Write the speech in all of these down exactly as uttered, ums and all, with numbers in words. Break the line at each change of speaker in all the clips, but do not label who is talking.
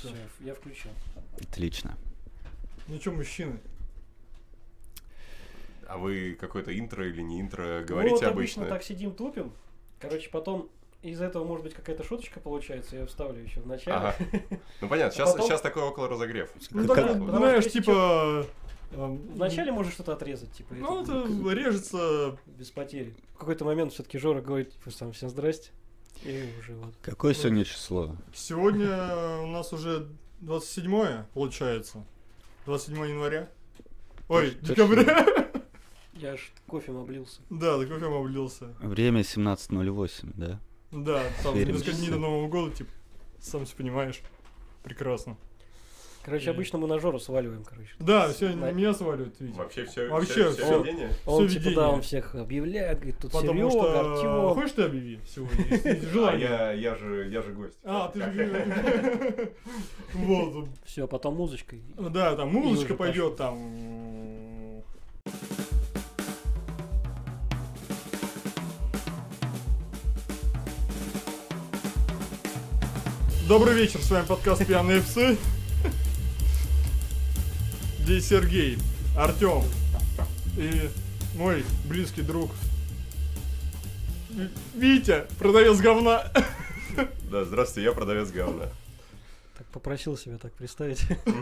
Все, я включил.
Отлично.
Ну что, мужчины?
А вы какое-то интро или не интро говорите
ну, вот
обычно?
обычно так сидим, тупим. Короче, потом из этого, может быть, какая-то шуточка получается, я ее вставлю еще в начале.
Ага. Ну понятно,
А
сейчас,
потом-
сейчас такой около разогрев.
Ну,
Как-
так,
как-
потому
знаешь,
что если
типа... эм,
Вначале можно что-то отрезать, типа,
Ну,
это
это
как-
режется...
без потери. В какой-то момент все-таки Жора говорит, типа, сам всем здрасте. И уже вот.
Какое сегодня число?
Сегодня у нас уже двадцать седьмое, получается. двадцать седьмое января. Ой,
Точно.
декабря.
Я аж кофем облился.
Да, до кофе облился.
Время семнадцать ноль восемь, да?
Да, там
Верим.
несколько дней до Нового года, типа, сам все понимаешь. Прекрасно.
Короче, обычно мы на Жору сваливаем, короче.
Да, все
На-
на меня сваливают, видите.
Вообще все,
Вообще
все, все
всё.
видение?
Он,
всё
типа, да,
видение.
он всех объявляет, говорит, тут
Потому
Серега,
что...
Артём.
Хочешь ты объяви сегодня? Если есть
А
желание.
я, я, же, я же гость.
А, ты же... Вот.
Все, потом музычкой.
Да, там музычка
уже
пойдет, там... Добрый вечер, с вами подкаст «Пьяные псы». Здесь Сергей, Артём и мой близкий друг В- Витя, продавец говна.
Да, здравствуйте, я продавец говна.
Так попросил себя так представить.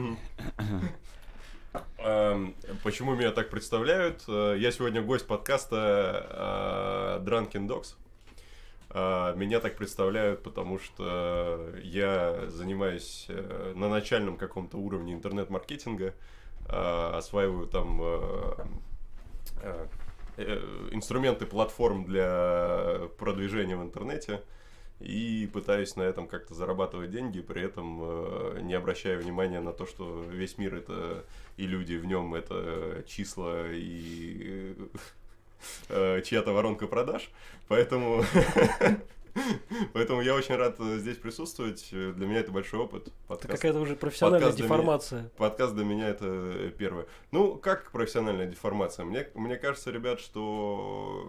Эм, Почему меня так представляют? Э, Я сегодня гость подкаста э, Drunken Dogs. Э, Меня так представляют, потому что я занимаюсь э, на начальном каком-то уровне интернет-маркетинга, э, осваиваю там э, э, э, инструменты платформ для продвижения в интернете и пытаюсь на этом как-то зарабатывать деньги, при этом э, не обращая внимания на то, что весь мир это и люди в нем это числа и э, чья-то воронка продаж, поэтому поэтому я очень рад здесь присутствовать. Для меня это большой опыт.
Это
Подкаст,
какая-то уже профессиональная
подкаст для меня.
деформация.
подкаст для меня это первое. Ну, как профессиональная деформация? Мне, мне кажется, ребят, что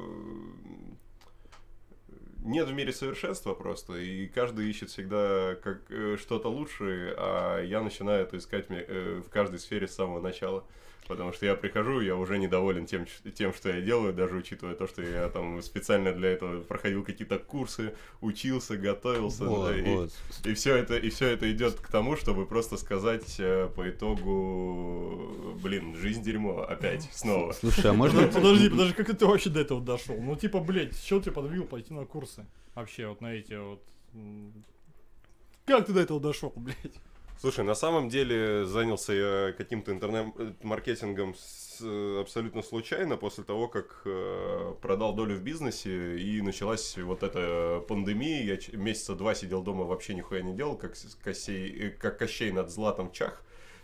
нет в мире совершенства просто, и каждый ищет всегда как, э, что-то лучшее, а я начинаю это искать мне, э, в каждой сфере с самого начала. Потому что я прихожу, я уже недоволен тем, ч- тем, что я делаю, даже учитывая то, что я там специально для этого проходил какие-то курсы, учился, готовился.
Вот,
да, и-
вот.
и все это, и все это идет к тому, чтобы просто сказать э, по итогу, блин, жизнь дерьмо, опять, снова.
Слушай, а можно...
Подожди, подожди, подожди, как ты вообще до этого дошел? Ну, типа, блядь, что тебя подвигал пойти на курсы? Вообще, вот на эти вот... м, Как ты до этого дошел, блядь?
Слушай, на самом деле занялся я каким-то интернет-маркетингом с- абсолютно случайно после того, как э, продал долю в бизнесе и началась вот эта пандемия. Я ч- месяца два сидел дома, вообще нихуя не делал, как, с- Кощей, э, как Кощей над златом чах.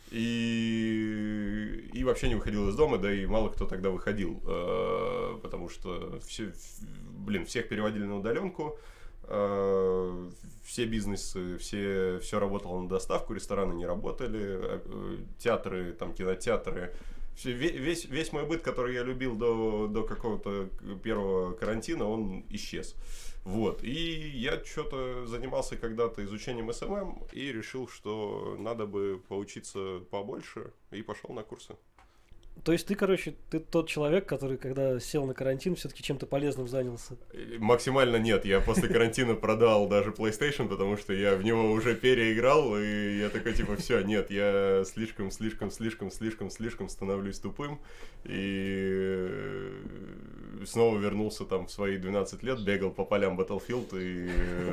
И, и вообще не выходил из дома, да и мало кто тогда выходил, э, потому что все, блин, всех переводили на удаленку. Uh, все бизнесы, все, все работало на доставку, рестораны не работали, uh, театры, там, кинотеатры. Все, весь, весь мой быт, который я любил до, до какого-то первого карантина, он исчез. Вот. И я что-то занимался когда-то изучением эс эм эм и решил, что надо бы поучиться побольше, и пошел на курсы.
То есть ты, короче, ты тот человек, который, когда сел на карантин, все-таки чем-то полезным занялся.
Максимально нет. Я после карантина продал даже PlayStation, потому что я в него уже переиграл, и я такой, типа, все, нет, я слишком, слишком, слишком, слишком, слишком становлюсь тупым, и снова вернулся там в свои двенадцать лет, бегал по полям Battlefield и...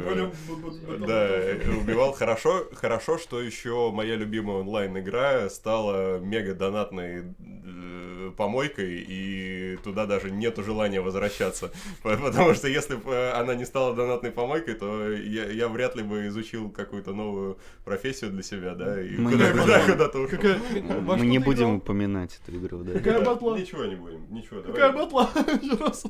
Да, убивал. Хорошо, хорошо, что еще моя любимая онлайн-игра стала мега-донатной э, помойкой, и туда даже нету желания возвращаться. Потому что если бы она не стала донатной помойкой, то я, я вряд ли бы изучил какую-то новую профессию для себя, да, и
Мы
куда,
не
куда,
будем.
куда-то ушел.
Какая... во
Мы
что
не
ты
будем
играл?
упоминать эту игру, да?
Какая
Да,
батла?
Ничего не будем, ничего.
Какая
давай.
батла? Еще раз.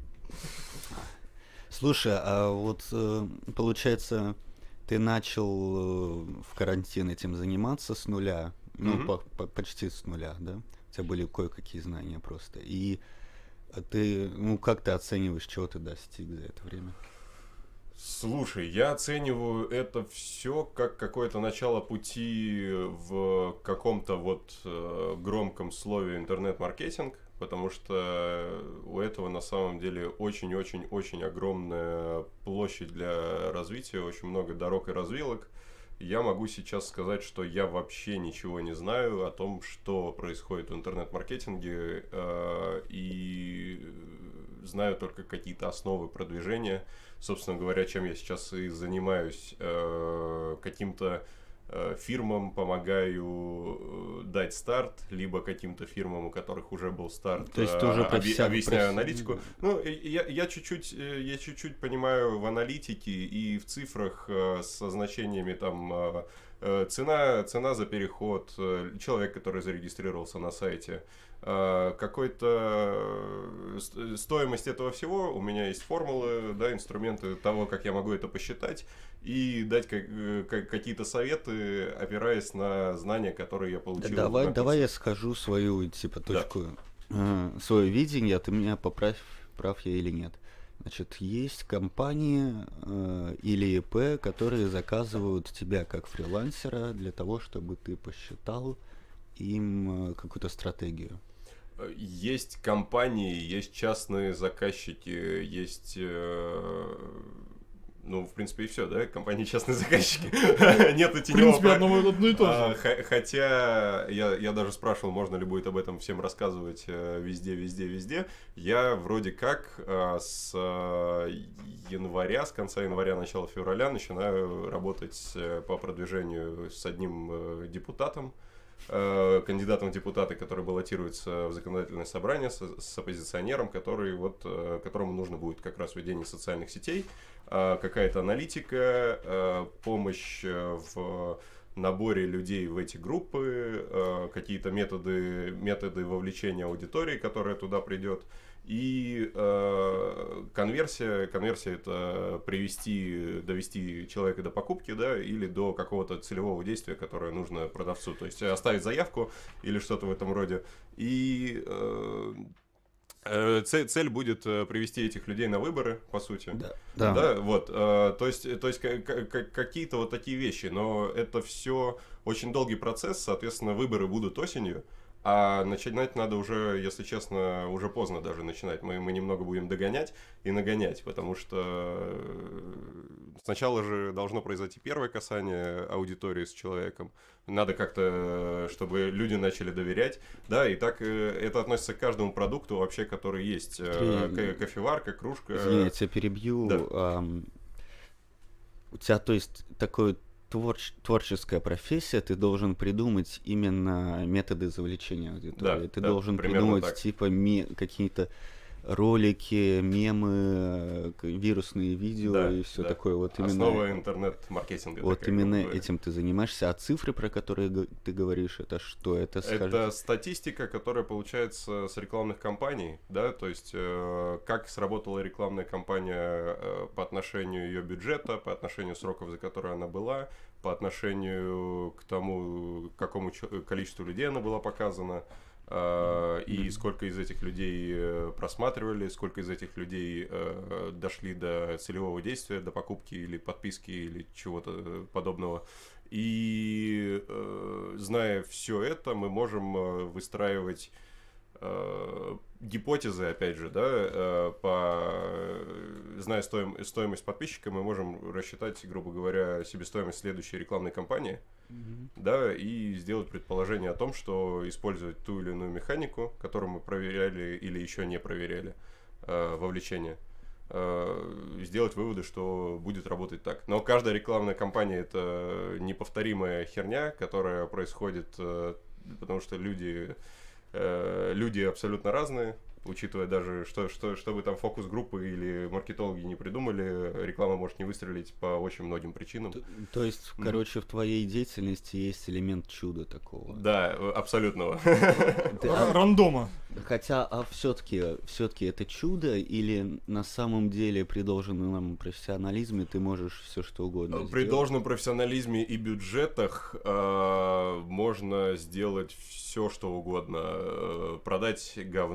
Слушай, а вот э, получается, ты начал э, в карантин этим заниматься с нуля, ну,
Мгм.
по- по- почти с нуля, да? У тебя были кое-какие знания просто. И ты, ну, как ты оцениваешь, чего ты достиг за это время?
Слушай, я оцениваю это все как какое-то начало пути в каком-то вот э, громком слове интернет-маркетинг, потому что у этого на самом деле очень-очень-очень огромная площадь для развития, очень много дорог и развилок. Я могу сейчас сказать, что я вообще ничего не знаю о том, что происходит в интернет-маркетинге, э, и знаю только какие-то основы продвижения. Собственно говоря, чем я сейчас и занимаюсь, э, каким-то э, фирмам помогаю э, дать старт, либо каким-то фирмам, у которых уже был старт,
То есть ты уже
э, объ-
профессия-
объясняю
профи-
аналитику. Ну, и- и я, я чуть-чуть, э, я чуть-чуть понимаю в аналитике и в цифрах э, со значениями там э, э, цена, цена за переход, э, человек, который зарегистрировался на сайте, э, какой-то э, стоимость этого всего, у меня есть формулы, да, инструменты того, как я могу это посчитать и дать как, э, как- какие-то советы, опираясь на знания, которые я получил. в
Давай,
рамках-
давай я скажу свою, типа,
Да.
точку, э, свое видение, а ты меня поправь, прав я или нет. Значит, есть компании э, или ИП, которые заказывают тебя как фрилансера для того, чтобы ты посчитал им э, какую-то стратегию.
Есть компании, есть частные заказчики, есть, э, ну, в принципе, и все, да, компании, частные заказчики. Нет
В
теневого
принципе,
про-
одно, одно и то
А,
же.
х- Хотя я, я даже спрашивал, можно ли будет об этом всем рассказывать э, везде, везде, везде. Я вроде как э, с э, января, с конца января, начала февраля начинаю работать э, по продвижению с одним э, депутатом, э, кандидатом в депутаты, который баллотируется в законодательное собрание, с, с оппозиционером, который вот, э, которому нужно будет как раз ведение социальных сетей, э, какая-то аналитика, э, помощь э, в наборе людей в эти группы, э, какие-то методы, методы вовлечения аудитории, которая туда придет. И э, конверсия, конверсия это привести, довести человека до покупки, да, или до какого-то целевого действия, которое нужно продавцу. То есть оставить заявку или что-то в этом роде. И э, э, цель, цель будет э, привести этих людей на выборы, по сути.
Да. Да.
Да, вот, э, то есть, то есть к- к- к- какие-то вот такие вещи, но это все очень долгий процесс, соответственно, выборы будут осенью, а начинать надо уже, если честно, уже поздно даже начинать. Мы, мы немного будем догонять и нагонять, потому что э, сначала же должно произойти первое касание аудитории с человеком. Надо как-то, чтобы люди начали доверять, да, и так э, это относится к каждому продукту вообще, который есть. Э,
Смотри,
к- кофеварка, кружка.
Извини, я тебя перебью.
Да.
Ам, у тебя, то есть, такое творч- творческая профессия, ты должен придумать именно методы завлечения аудитории.
Да,
ты
да,
должен
примерно
придумать,
так.
типа, ме- какие-то ролики, мемы, э, к- вирусные видео
Да,
и все
да.
такое. Вот именно,
Основа интернет-маркетинга.
вот
такая,
именно
грубо говоря.
этим ты занимаешься. А цифры, про которые г- ты говоришь, это что? Это, скажи-
Это статистика, которая получается с рекламных кампаний, да, то есть э, как сработала рекламная кампания э, по отношению ее бюджета, по отношению сроков, за которые она была, по отношению к тому, какому чё- количеству людей она была показана, э, и сколько из этих людей э, просматривали, сколько из этих людей э, дошли до целевого действия, до покупки или подписки или чего-то подобного. И э, зная все это, мы можем э, выстраивать э, гипотезы, опять же, да, э, по, зная стоим, стоимость подписчика, мы можем рассчитать, грубо говоря, себестоимость следующей рекламной кампании,
Мгм.
да, и сделать предположение о том, что использовать ту или иную механику, которую мы проверяли или еще не проверяли, э, вовлечение, э, сделать выводы, что будет работать так. Но каждая рекламная кампания — это неповторимая херня, которая происходит, э, потому что люди, э, люди абсолютно разные, учитывая даже, что, что, чтобы там фокус-группы или маркетологи не придумали, реклама может не выстрелить по очень многим причинам.
Т- То есть,
Мгм.
короче, в твоей деятельности есть элемент чуда такого.
Да, э, абсолютного.
Ты- а-
Р- Рандома.
Хотя, а все-таки, все-таки это чудо, или на самом деле при должном нам профессионализме ты можешь все что угодно
При
сделать?
должном профессионализме и бюджетах э, можно сделать все, что угодно. Э, продать говно.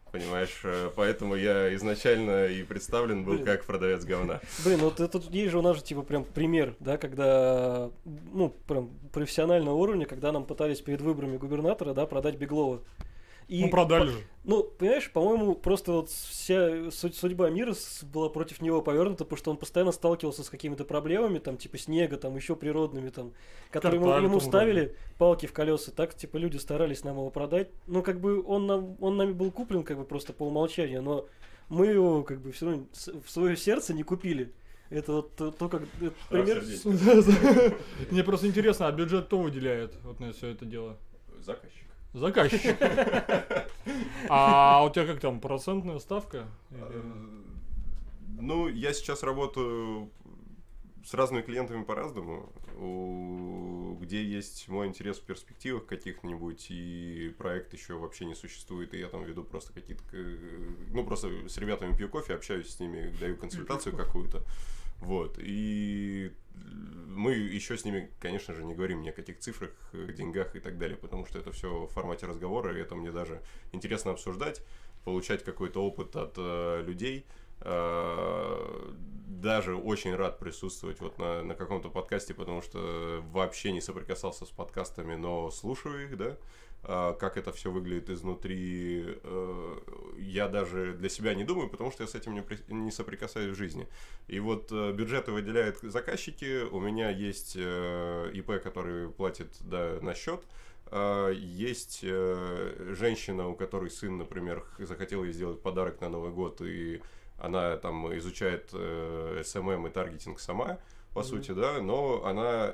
Понимаешь, э, поэтому я изначально и представлен был
Блин.
как продавец говна.
Блин, вот это тут есть же у нас же типа прям пример, да, когда, ну, прям профессионального уровня, когда нам пытались перед выборами губернатора, да, продать Беглова. И
Ну, продали
по-
же.
Ну, понимаешь, по-моему, просто вот вся суть- судьба мира с- была против него повернута, потому что он постоянно сталкивался с какими-то проблемами, там, типа снега, там, еще природными, там, которые ему,
Картали
ему
там
ставили палки в колеса, так, типа, люди старались нам его продать. Ну, как бы, он, нам, он нами был куплен, как бы, просто по умолчанию, но мы его, как бы, все равно с- в свое сердце не купили. Это вот то, то, как это пример.
сердечко.
Мне просто интересно, а бюджет кто выделяет вот на все это дело?
Заказчик.
Заказчик. А у тебя как там, процентная ставка?
Э, Ну, я сейчас работаю с разными клиентами по-разному, у- где есть мой интерес в перспективах каких-нибудь, и проект еще вообще не существует, и я там веду просто какие-то, э, ну, просто с ребятами пью кофе, общаюсь с ними, даю консультацию какую-то, вот, и мы еще с ними, конечно же, не говорим ни о каких цифрах, э, деньгах и так далее, потому что это все в формате разговора, и это мне даже интересно обсуждать, получать какой-то опыт от э, людей. Э, даже очень рад присутствовать вот на, на каком-то подкасте, потому что вообще не соприкасался с подкастами, но слушаю их, да, Э, как это все выглядит изнутри, э, я даже для себя не думаю, потому что я с этим не, при- не соприкасаюсь в жизни. И вот э, бюджеты выделяют заказчики, у меня есть э, ИП, который платит, да, на счет. Uh, есть uh, женщина, у которой сын, например, х- захотел ей сделать подарок на Новый год, и она там изучает uh, эс эм эм и таргетинг сама, по
Мгм.
сути, да, но она,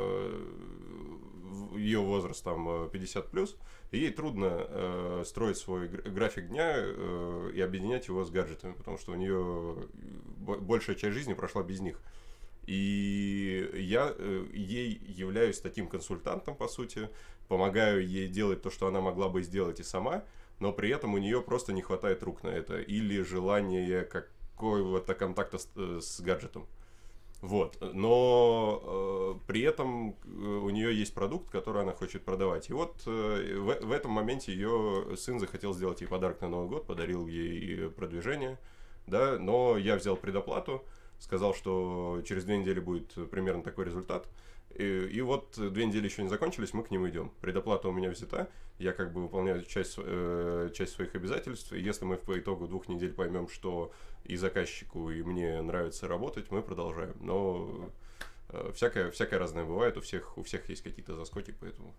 uh, ее возраст там пятьдесят плюс, и ей трудно uh, строить свой гр- график дня uh, и объединять его с гаджетами, потому что у нее бо- большая часть жизни прошла без них. И я э, ей являюсь таким консультантом, по сути, помогаю ей делать то, что она могла бы сделать и сама, но при этом у нее просто не хватает рук на это или желания какого-то контакта с, э, с гаджетом. Вот. Но э, при этом э, у нее есть продукт, который она хочет продавать. И вот э, в, в этом моменте ее сын захотел сделать ей подарок на Новый год, подарил ей продвижение, да, но я взял предоплату, сказал, что через две недели будет примерно такой результат. И, и вот две недели еще не закончились, мы к нему идем. Предоплата у меня взята, я как бы выполняю часть, э, часть своих обязательств. И если мы по итогу двух недель поймем, что и заказчику, и мне нравится работать, мы продолжаем. Но э, всякое, всякое разное бывает, у всех, у всех есть какие-то заскоки, поэтому...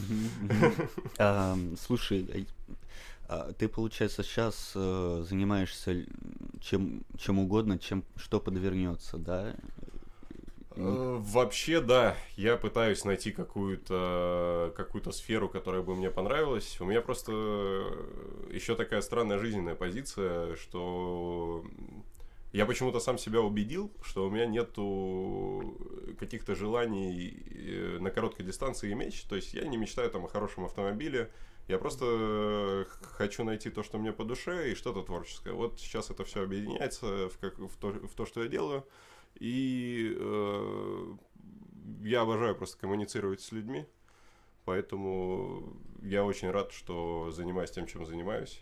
А, Слушай, а ты, получается, сейчас э, занимаешься л- чем, чем угодно, чем что подвернется, да?
Э, Вообще, да, я пытаюсь найти какую-то какую-то сферу, которая бы мне понравилась. У меня просто еще такая странная жизненная позиция, что я почему-то сам себя убедил, что у меня нету каких-то желаний э, на короткой дистанции иметь. То есть я не мечтаю там о хорошем автомобиле. Я просто хочу найти то, что мне по душе, и что-то творческое. Вот сейчас это все объединяется в, как, в, то, в то, что я делаю. И э, я обожаю просто коммуницировать с людьми. Поэтому я очень рад, что занимаюсь тем, чем занимаюсь.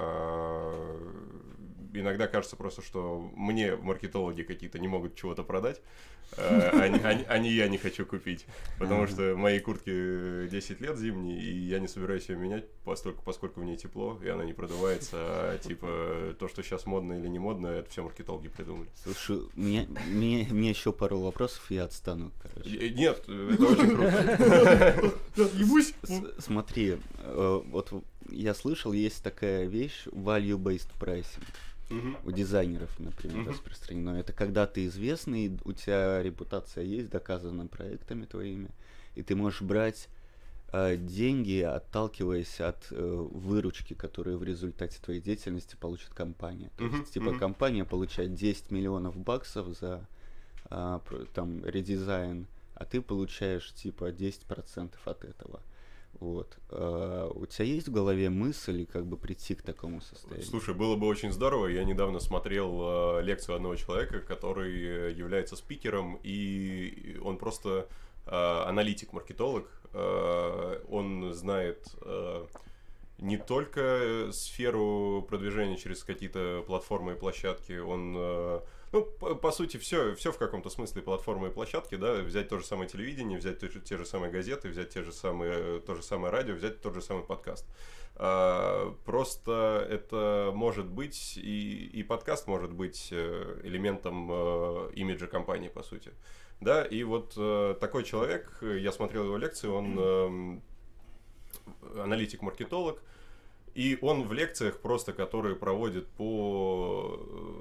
А иногда кажется просто, что мне маркетологи какие-то не могут чего-то продать, а не, а, а не я не хочу купить. Потому
Ага.
что моей куртке десять лет зимней, и я не собираюсь ее менять, поскольку, поскольку в ней тепло, и она не продувается. А типа то, что сейчас модно или не модно, это все маркетологи придумали.
Слушай, мне, мне, мне еще пару вопросов, и я отстану, короче.
И- Нет, это очень круто.
Ебусь!
С- Смотри, э, вот в- я слышал, есть такая вещь value-based pricing.
Мгм.
У дизайнеров, например,
Мгм.
распространено. Это когда ты известный, у тебя репутация есть, доказана проектами твоими, и ты можешь брать э, деньги, отталкиваясь от э, выручки, которую в результате твоей деятельности получит компания. То
Мгм,
есть, типа,
мгм.
компания получает десять миллионов баксов за а, про- там редизайн, а ты получаешь типа десять процентов от этого. Вот. А, у тебя есть в голове мысль, как бы прийти к такому состоянию?
Слушай, было бы очень здорово. Я недавно смотрел э, лекцию одного человека, который э, является спикером, и он просто э, аналитик, маркетолог. Э, он знает э, не только сферу продвижения через какие-то платформы и площадки, он, э, ну, по, по сути, все, все в каком-то смысле платформы и площадки, да, взять то же самое телевидение, взять те же, те же самые газеты, взять те же самые, то же самое радио, взять тот же самый подкаст. А, просто это может быть, и, и подкаст может быть элементом э, имиджа компании, по сути. Да, и вот э, такой человек, я смотрел его лекции, он... Э, аналитик-маркетолог, и он в лекциях просто, которые проводит по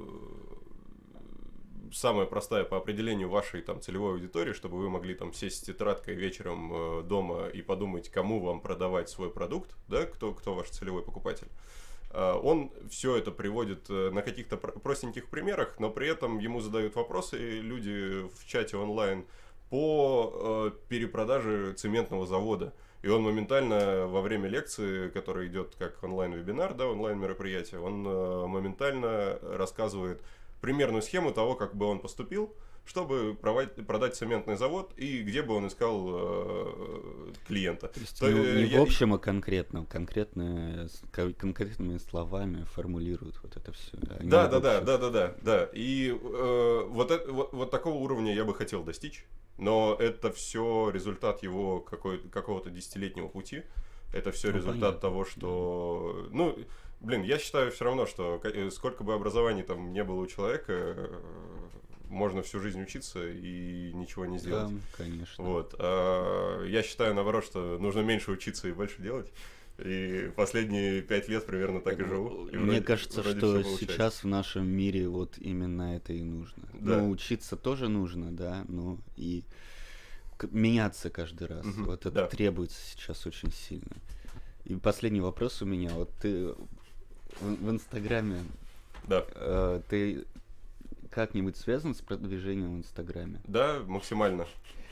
самая простая по определению вашей там целевой аудитории, чтобы вы могли там сесть с тетрадкой вечером э, дома и подумать, кому вам продавать свой продукт, да, кто, кто ваш целевой покупатель. Э, он все это приводит э, на каких-то простеньких примерах, но при этом ему задают вопросы люди в чате онлайн по э, перепродаже цементного завода. И он моментально во время лекции, которая идет как онлайн-вебинар, да, онлайн-мероприятие, он э, моментально рассказывает примерную схему того, как бы он поступил, чтобы проводить, продать цементный завод и где бы он искал э, клиента.
То есть
То,
ну,
э,
не
я...
в общем, а конкретно, конкретно, конкретными словами формулируют вот это все.
Да, да, да, да, да, да, да. И э, вот, это, вот, вот такого уровня я бы хотел достичь. Но это все результат его какой, какого-то десятилетнего пути. Это все ну, результат понятно. Того, что... Ну, блин, я считаю все равно, что сколько бы образований там не было у человека, можно всю жизнь учиться и ничего не сделать.
Да, конечно.
Вот. А я считаю, наоборот, что нужно меньше учиться и больше делать. И последние пять лет примерно так и живу. И
Мне
вроде,
кажется,
вроде
что сейчас в нашем мире вот именно это и нужно. Да. Ну, учиться тоже нужно, да, но и меняться каждый раз. Угу, вот это да. требуется сейчас очень сильно. И последний вопрос у меня. Вот ты в, в Инстаграме,
да.
э, ты как-нибудь связан с продвижением в Инстаграме?
Да, максимально.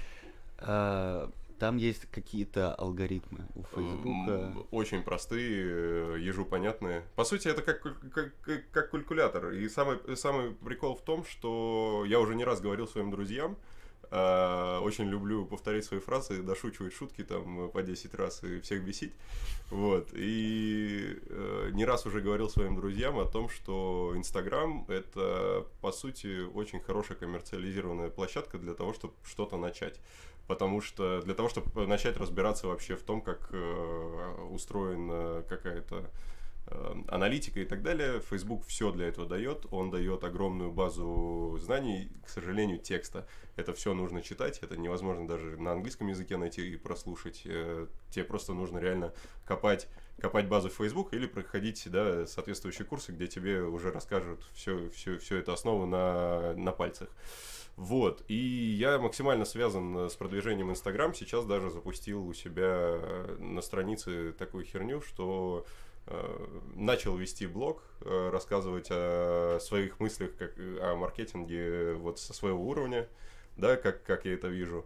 А, там есть какие-то алгоритмы у Фейсбука.
Очень простые, ежу понятные. По сути, это как, как, как калькулятор. И самый, самый прикол в том, что я уже не раз говорил своим друзьям, э, очень люблю повторять свои фразы, дошучивать шутки там по десять раз и всех бесить. Вот. И э, не раз уже говорил своим друзьям о том, что Инстаграм — это, по сути, очень хорошая коммерциализированная площадка для того, чтобы что-то начать. Потому что для того, чтобы начать разбираться вообще в том, как э, устроена какая-то э, аналитика и так далее, Facebook все для этого дает. Он дает огромную базу знаний, к сожалению, текста. Это все нужно читать, это невозможно даже на английском языке найти и прослушать. Э, тебе просто нужно реально копать, копать базу в Facebook или проходить, да, соответствующие курсы, где тебе уже расскажут все, все, все это основу на, на пальцах. Вот, и я максимально связан с продвижением Инстаграм. Сейчас даже запустил у себя на странице такую херню, что э, начал вести блог, э, рассказывать о своих мыслях, как, о маркетинге вот со своего уровня, да, как, как я это вижу.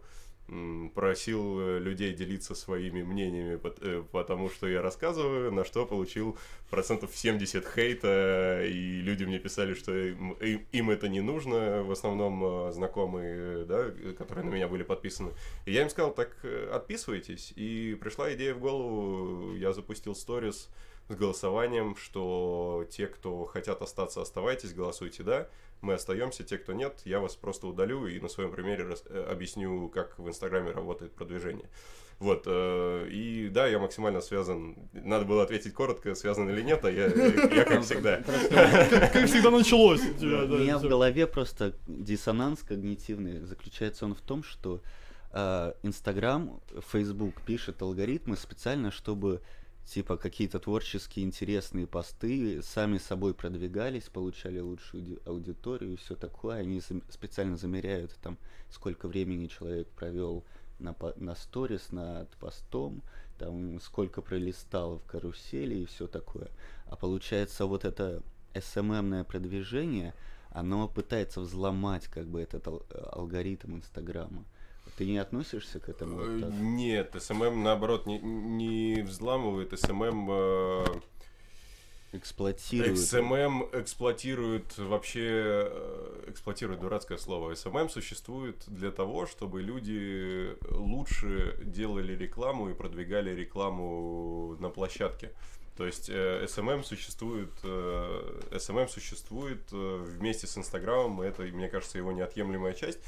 Просил людей делиться своими мнениями, потому что я рассказываю, на что получил процентов семьдесят хейта, и люди мне писали, что им, им это не нужно, в основном знакомые, да, которые на меня были подписаны. И я им сказал, так отписывайтесь, и пришла идея в голову, я запустил сторис с голосованием, что те, кто хотят остаться, оставайтесь, голосуйте «да». Мы остаемся, те, кто нет, я вас просто удалю и на своем примере рас, объясню, как в Инстаграме работает продвижение. Вот, э, и да, я максимально связан, надо было ответить коротко, связан или нет, а я, я как всегда.
Как всегда началось.
У меня в голове просто диссонанс когнитивный, заключается он в том, что Инстаграм, Фейсбук пишет алгоритмы специально, чтобы типа какие-то творческие интересные посты сами собой продвигались, получали лучшую аудиторию и все такое. Они специально замеряют там, сколько времени человек провел на, на сторис, над постом, там, сколько пролистал в карусели и все такое. А получается, вот это эс эм эм-ное продвижение, оно пытается взломать как бы этот ал- алгоритм Инстаграма. Ты не относишься к этому? Вот
Нет, эс эм эм наоборот не, не взламывает, эс эм эм э,
Эксплуатируют.
Экс эм эм эксплуатирует вообще, э, эксплуатирует дурацкое слово. эс эм эм существует для того, чтобы люди лучше делали рекламу и продвигали рекламу на площадке. То есть э, эс эм эм существует, э, эс эм эм существует э, вместе с Инстаграмом, и это, мне кажется, его неотъемлемая часть.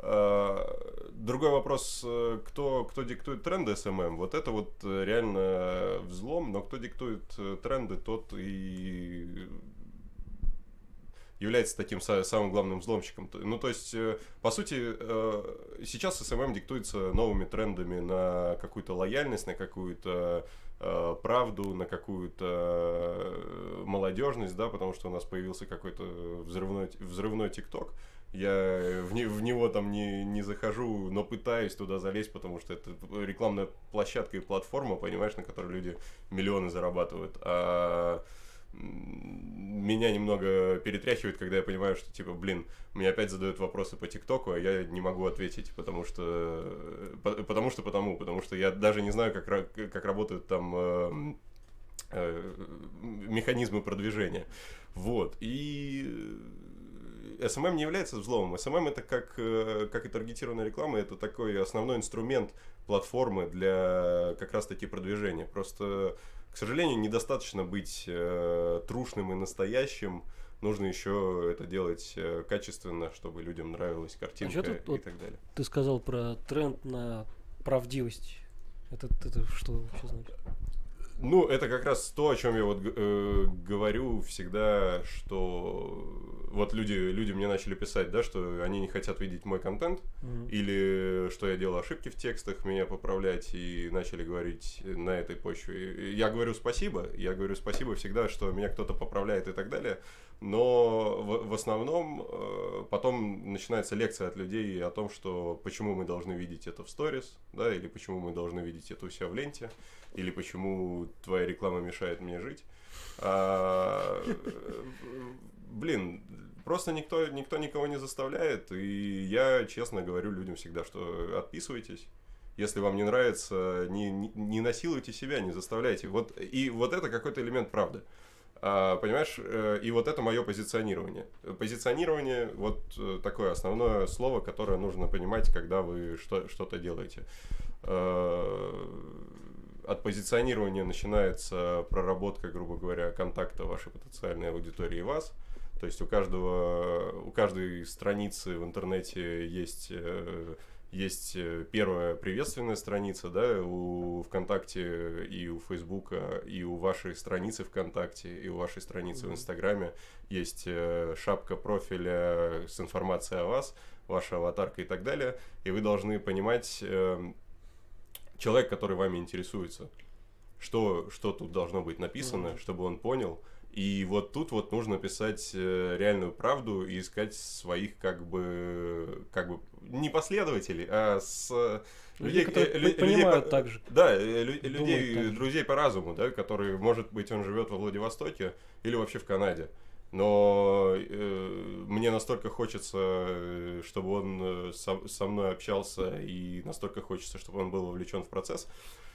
Uh, другой вопрос, кто, кто диктует тренды эс эм эм, вот это вот реально взлом, но кто диктует тренды, тот и является таким самым главным взломщиком. Ну, то есть, по сути, сейчас эс эм эм диктуется новыми трендами на какую-то лояльность, на какую-то правду, на какую-то молодежность, да, потому что у нас появился какой-то взрывной, взрывной ТикТок. Я в, не, в него там не, не захожу, но пытаюсь туда залезть, потому что это рекламная площадка и платформа, понимаешь, на которой люди миллионы зарабатывают. А меня немного перетряхивает, когда я понимаю, что, типа, блин, мне опять задают вопросы по ТикТоку, а я не могу ответить, потому что... Потому что потому, потому что я даже не знаю, как, как работают там э, э, механизмы продвижения. Вот. И... эс эм эм не является взломом. эс эм эм это как, как и таргетированная реклама, это такой основной инструмент платформы для как раз-таки продвижения. Просто, к сожалению, недостаточно быть э, трушным и настоящим. Нужно еще это делать э, качественно, чтобы людям нравилась картинка,
а
и
вот
так далее.
Ты сказал про тренд на правдивость. Это, это что вообще значит?
Ну, это как раз то, о чем я вот э, говорю всегда, что вот люди, люди мне начали писать, да, что они не хотят видеть мой контент, mm-hmm. или что я делаю ошибки в текстах, меня поправлять, и начали говорить на этой почве. Я говорю спасибо, я говорю спасибо всегда, что меня кто-то поправляет и так далее, но в, в основном э, потом начинается лекция от людей о том, что почему мы должны видеть это в сторис, да, или почему мы должны видеть это у себя в ленте, или почему твоя реклама мешает мне жить. А, блин, просто никто, никто никого не заставляет, и я честно говорю людям всегда, что отписывайтесь. Если вам не нравится, не, не, не насилуйте себя, не заставляйте. Вот, и вот это какой-то элемент правды. А, понимаешь, и вот это мое позиционирование. Позиционирование, вот такое основное слово, которое нужно понимать, когда вы что, что-то делаете. От позиционирования начинается проработка, грубо говоря, контакта вашей потенциальной аудитории и вас. То есть у каждого, у каждой страницы в интернете есть, есть первая приветственная страница, да, у ВКонтакте и у Фейсбука, и у вашей страницы ВКонтакте, и у вашей страницы в Инстаграме есть шапка профиля с информацией о вас, ваша аватарка и так далее. И вы должны понимать... Человек, который вами интересуется, что, что тут должно быть написано, mm-hmm. чтобы он понял. И вот тут вот нужно писать э, реальную правду и искать своих как бы, как бы не последователей, а с
людей,
людей,
которые
э, лю,
понимают
людей,
так же.
Да, лю, людей,
так
друзей по разуму, да, которые, может быть, он живет во Владивостоке или вообще в Канаде. Но э, мне настолько хочется, чтобы он со, со мной общался, и настолько хочется, чтобы он был вовлечен в процесс,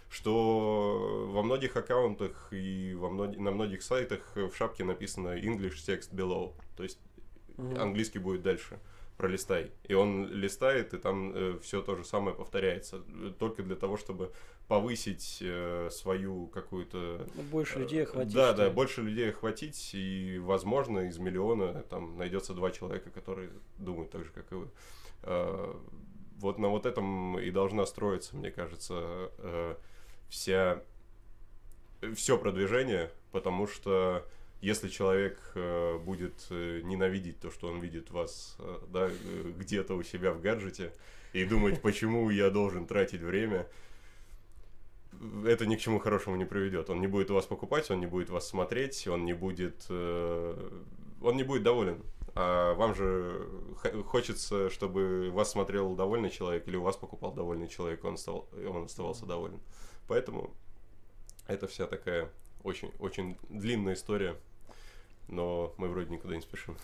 что во многих аккаунтах и во мног... на многих сайтах в шапке написано English text below, то есть mm-hmm. английский будет дальше. Пролистай. И он листает, и там э, все то же самое повторяется. Только для того, чтобы повысить э, свою какую-то...
Больше людей охватить.
Да, да, больше людей охватить. И, возможно, из миллиона там найдется два человека, которые думают так же, как и вы. Э, вот на вот этом и должна строиться, мне кажется, э, вся... все продвижение, потому что... Если человек э, будет э, ненавидеть то, что он видит вас э, да, э, где-то у себя в гаджете, и думать, почему я должен тратить время, это ни к чему хорошему не приведет. Он не будет у вас покупать, он не будет вас смотреть, он не будет, э, он не будет доволен. А вам же хочется, чтобы вас смотрел довольный человек, или у вас покупал довольный человек, и он, стал, и он оставался доволен. Поэтому это вся такая очень, очень длинная история. Но мы вроде никуда не спешим.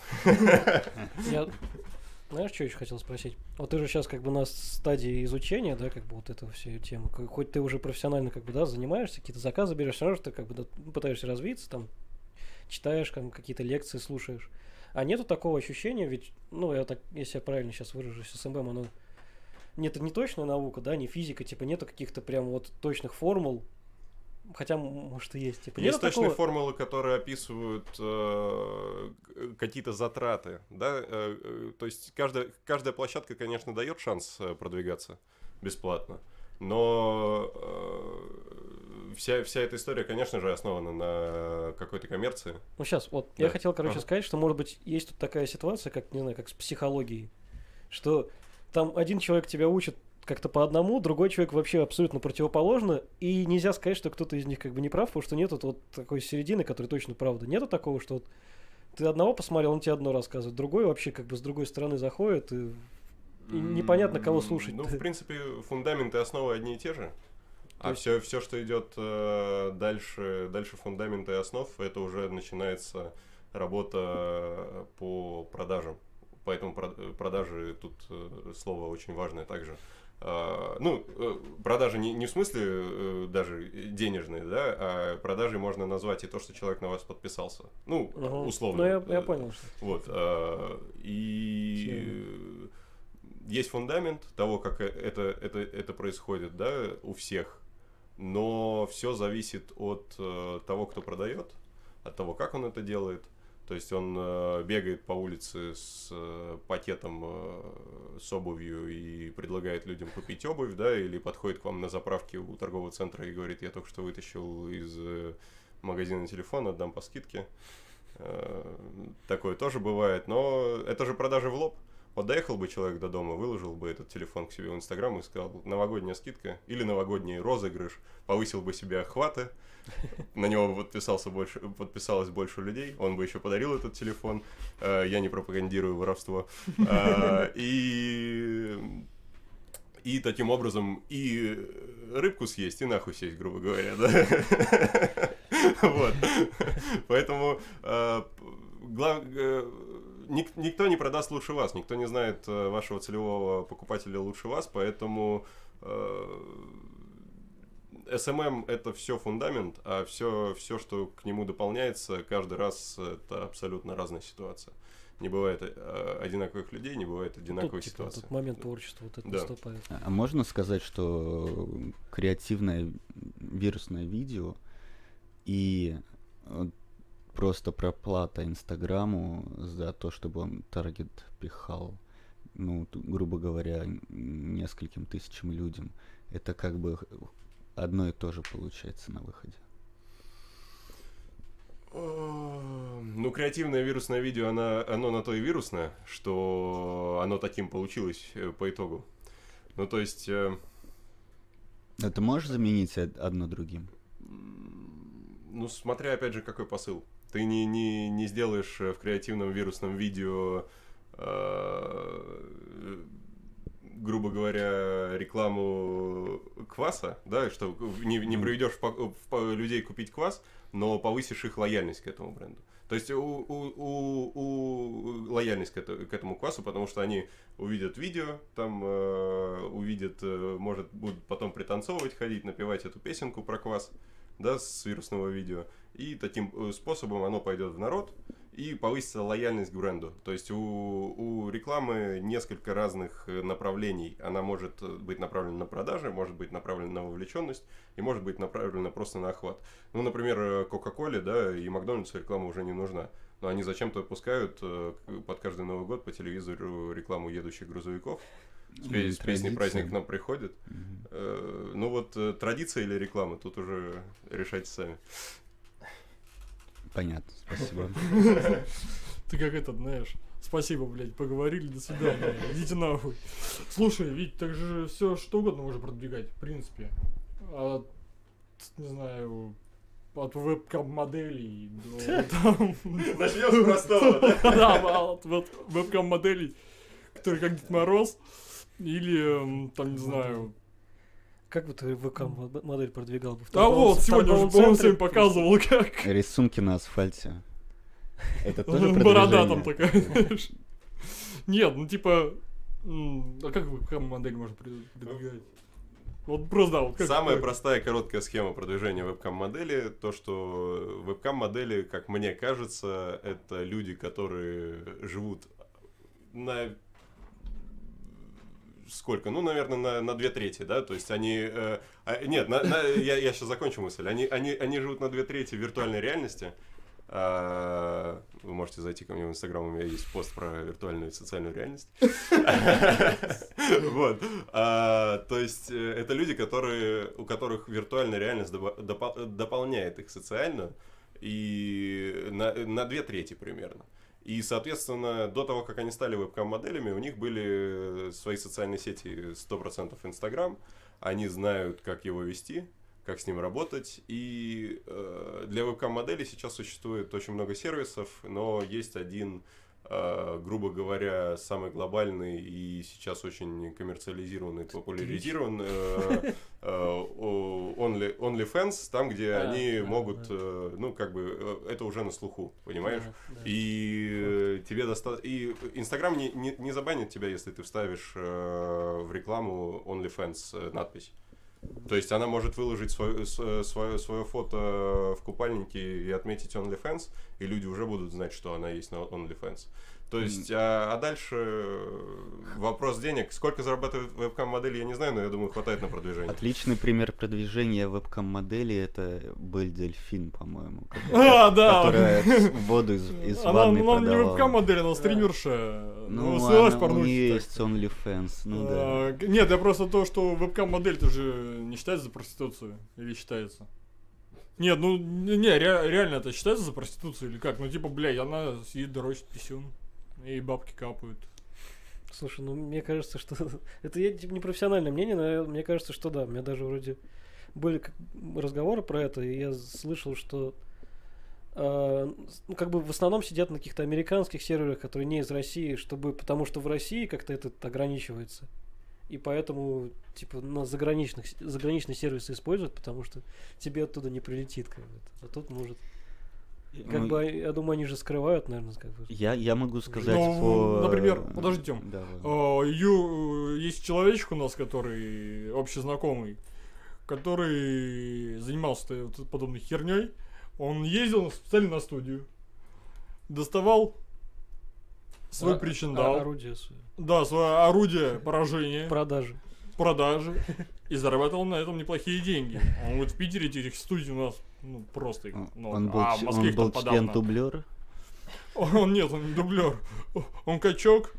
Я, знаешь, что еще хотел спросить? Вот ты же сейчас как бы на стадии изучения, да, как бы вот этого всей темы. Хоть ты уже профессионально как бы, да, занимаешься, какие-то заказы берешь, все равно ты как бы да, пытаешься развиться, там, читаешь там какие-то лекции, слушаешь. А нету такого ощущения, ведь, ну, я так, если я правильно сейчас выражусь, СММ, оно нет, это не точная наука, да, не физика, типа нету каких-то прям вот точных формул, хотя, может, и есть. Типа,
Есть
нету
точные
такого...
формулы, которые описывают э, какие-то затраты, да, э, э, то есть каждая, каждая площадка, конечно, дает шанс продвигаться бесплатно, но э, вся, вся эта история, конечно же, основана на какой-то коммерции.
Ну, сейчас, вот,
Да.
я хотел, короче,
Ага.
сказать, что, может быть, есть тут такая ситуация, как, не знаю, как с психологией, что там один человек тебя учит как-то по одному, другой человек вообще абсолютно противоположно, и нельзя сказать, что кто-то из них как бы не прав, потому что нету вот такой середины, которая точно правда. Нету такого, что вот ты одного посмотрел, он тебе одно рассказывает, другой вообще как бы с другой стороны заходит, и, и непонятно, кого слушать.
Ну, в принципе, фундаменты и основы одни и те же. А
есть-
все, все, что идет э, дальше, дальше фундамента и основ, это уже начинается работа по продажам. Поэтому про- продажи тут э, слово очень важное также. А, ну, э, продажи не, не в смысле э, даже денежные, да, а продажей можно назвать и то, что человек на вас подписался. Ну,
Ага.
условно.
Ну, я, я
Э,
понял, что...
Вот. а, И есть фундамент того, как э- это, это, это происходит, да, у всех. Но все зависит от э, того, кто продает, от того, как он это делает. То есть он э, бегает по улице с э, пакетом э, с обувью и предлагает людям купить обувь, да, или подходит к вам на заправке у торгового центра и говорит: я только что вытащил из э, магазина телефон, отдам по скидке. Э, такое тоже бывает, но это же продажи в лоб. Вот доехал бы человек до дома, выложил бы этот телефон к себе в Инстаграм и сказал: новогодняя скидка или новогодний розыгрыш, повысил бы себе охваты, на него подписался больше, подписалось больше людей, он бы еще подарил этот телефон, э, я не пропагандирую воровство, э, и, и таким образом и рыбку съесть, и нахуй сесть, грубо говоря, да, вот, поэтому э, глав- э, ник- никто не продаст лучше вас, никто не знает э, вашего целевого покупателя лучше вас, поэтому э, эс эм эм это все фундамент, а все, все, что к нему дополняется, каждый раз это абсолютно разная ситуация. Не бывает э, одинаковых людей, не бывает одинаковой
Тут, типа,
ситуации.
тут момент творчества вот это
Да.
наступает.
А можно сказать, что креативное вирусное видео и э, просто проплата Инстаграму за то, чтобы он таргет пихал, ну, т- грубо говоря, н- нескольким тысячам людям, это как бы х- одно и то же получается на выходе.
Ну, креативное вирусное видео, оно, оно на то и вирусное, что оно таким получилось э, по итогу. Ну, то есть... э,
А ты можешь заменить од- одно другим?
Ну, смотря, опять же, какой посыл. Ты не, не, не сделаешь э, в креативном вирусном видео, э, грубо говоря, рекламу кваса, да, что не, не
Ну.
приведешь в по- в по- людей купить квас, но повысишь их лояльность к этому бренду. То есть у, у, у, у лояльность к, это- к этому квасу, потому что они увидят видео, там э, увидят, э, может, будут потом пританцовывать, ходить, напевать эту песенку про квас, да, с вирусного видео. И таким э, способом оно пойдет в народ и повысится лояльность к бренду. То есть у, у рекламы несколько разных э, направлений. Она может э, быть направлена на продажи, может быть направлена на вовлеченность и может быть направлена просто на охват. Ну, например, э, Coca-Cola, да, и Макдональдсу реклама уже не нужна. Но они зачем-то пускают э, к- под каждый Новый год по телевизору рекламу едущих грузовиков. С,
Ну,
пе- с песней
традиция.
«Праздник к нам приходит».
Мгм.
Э, ну вот э, традиция или реклама, тут уже решайте сами.
Понятно, спасибо.
Ты как этот, знаешь, спасибо, блядь, поговорили, до свидания, идите нахуй. Слушай, ведь так же все что угодно можно продвигать, в принципе. От, не знаю, от вебкам-моделей до там...
Начнем с простого, да?
Да, от вот вебкам-моделей, которые как Дед Мороз, или, м, там, не знаю...
Как бы ты ВК-модель продвигал бы? В
А
торговом-
вот,
в
сегодня
торговом
уже, по-моему,
центре?
всем показывал, как...
Рисунки на асфальте. Это тоже
Борода там
продвижение?
такая, знаешь. Нет, ну типа... м, А как вы модель можно пред- продвигать? Вот просто, да, вот как
Самая
это-
простая короткая схема продвижения вебкам-модели, то, что вебкам-модели, как мне кажется, это люди, которые живут на... Сколько? Ну, наверное, на, на две трети, да? То есть они... э, а, нет, на- на- я, я сейчас закончу мысль. Они, они, они живут на две трети в виртуальной реальности. А, вы можете зайти ко мне в Инстаграм, у меня есть пост про виртуальную и социальную реальность. Вот. А, то есть э, это люди, которые, у которых виртуальная реальность доба- допол- дополняет их социально и на, на две трети примерно. И, соответственно, до того, как они стали вебкам-моделями, у них были свои социальные сети сто процентов Инстаграм. Они знают, как его вести, как с ним работать. И э, для вебкам-моделей сейчас существует очень много сервисов, но есть один, э, грубо говоря, самый глобальный и сейчас очень коммерциализированный, популяризирован э, э, Only, OnlyFans, там, где
А,
они
да,
могут,
да.
э, ну, как бы, э, это уже на слуху, понимаешь?
Да, да.
И э, тебе достаточно... И Инстаграм не, не, не забанит тебя, если ты вставишь э, в рекламу OnlyFans э, надпись. То есть она может выложить свое, свое, свое фото в купальнике и отметить OnlyFans, и люди уже будут знать, что она есть на OnlyFans. То есть, а, а дальше вопрос денег. Сколько зарабатывает вебкам-модель, я не знаю, но я думаю, хватает на продвижение.
Отличный пример продвижения вебкам-модели это Бель Дельфин, по-моему. которая-
А, да.
Которая воду из, из
Она,
ванны
ну, она не
продавала.
вебкам-модель, она стримерша.
Ну,
Ну, ссылалась
она- у
порнухи
нее
так.
есть OnlyFans, ну да.
А, г- Нет, я просто то, что вебкам-модель-то же не считается за проституцию. Или считается? Нет, ну, не, не, ре- реально это считается за проституцию или как? Ну, типа, блядь, она сидит, дрочит писюн. И бабки капают.
Слушай, ну мне кажется, что это я, типа, непрофессиональное мнение, но мне кажется, что да. У меня даже вроде были как- разговоры про это, и я слышал, что э, ну, как бы в основном сидят на каких-то американских серверах, которые не из России, чтобы, потому что в России как-то это ограничивается. И поэтому, типа, на заграничных, заграничные сервисы используют, потому что тебе оттуда не прилетит, как бы. А тут может. Как
Ну,
бы, я думаю, они же скрывают, наверное, как бы.
Я, я могу сказать
Ну,
по...
например, подожди, Тём.
Да, ладно.
А, ю- есть человечек у нас, который общезнакомый, который занимался вот подобной херней. Он ездил специально на студию, доставал свой
А-
причиндал,
а- орудие свое.
да, свое орудие поражения,
Продажи.
продажи, и зарабатывал на этом неплохие деньги. Он вот в Питере этих студий у нас ну, просто их
Он-
много.
Он был,
а в
ч-
Москве
он
их
был
там
член
подавно.
дублер.
Он нет, он не дублер. Он качок.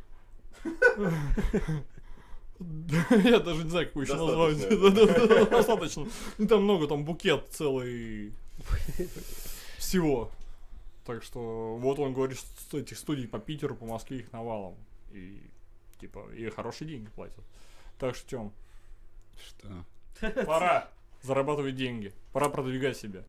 Я даже не знаю, как его еще назвать.
Достаточно.
Да-да-да, достаточно. Ну, там много, там букет целый всего. Так что вот он говорит, что этих студий по Питеру, по Москве их навалом. И типа, и хорошие деньги платят. Так что, Тём,
Что?
пора зарабатывать деньги. Пора продвигать себя.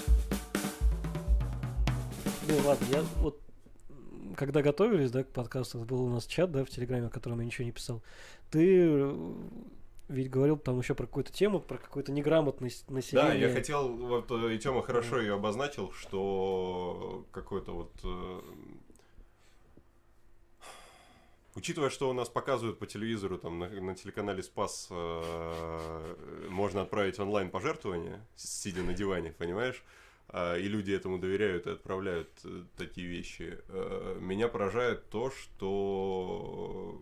Ну ладно, я вот м, когда готовились, да, к подкасту, был у нас чат, да, в Телеграме, о котором я ничего не писал. Ты э, ведь говорил там еще про какую-то тему, про какую-то неграмотность населения.
Да, я хотел, вот э, и Тёма хорошо ее обозначил, что какой-то вот... э, Учитывая, что у нас показывают по телевизору, там на, на телеканале Спас э, можно отправить онлайн пожертвования, сидя на диване, понимаешь? А, и люди этому доверяют и отправляют э, такие вещи. Э, меня поражает то, что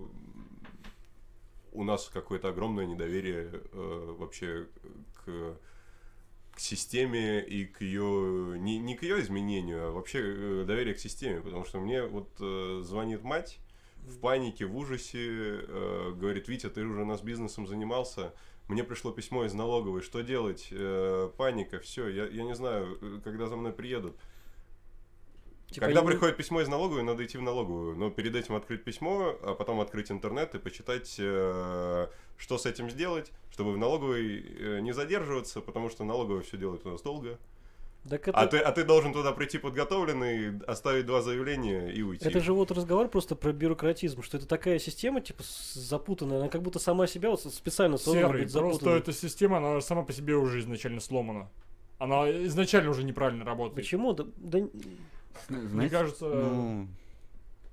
у нас какое-то огромное недоверие э, вообще к, к системе и к ее... Не, не к ее изменению, а вообще э, доверие к системе. Потому что мне вот э, звонит мать в панике, в ужасе, э, говорит: Витя, ты уже у нас бизнесом занимался, мне пришло письмо из налоговой, что делать? Э, паника, все, я, я не знаю, э, когда за мной приедут.
Типа
Когда
они-
приходит письмо из налоговой, надо идти в налоговую, но перед этим открыть письмо, а потом открыть интернет и почитать, э, что с этим сделать, чтобы в налоговой э, не задерживаться, потому что налоговая все делает у нас долго.
Так это,
А ты, а ты должен туда прийти подготовленный, оставить два заявления и уйти.
это же вот разговор просто про бюрократизм, что это такая система, типа, с- запутанная, она как будто сама себя вот специально создана
Серый,
быть
просто
запутанной.
эта система, она сама по себе уже изначально сломана. Она изначально уже неправильно работает.
Почему? Да, да н-
Зна-
Мне
знаете,
кажется,
ну,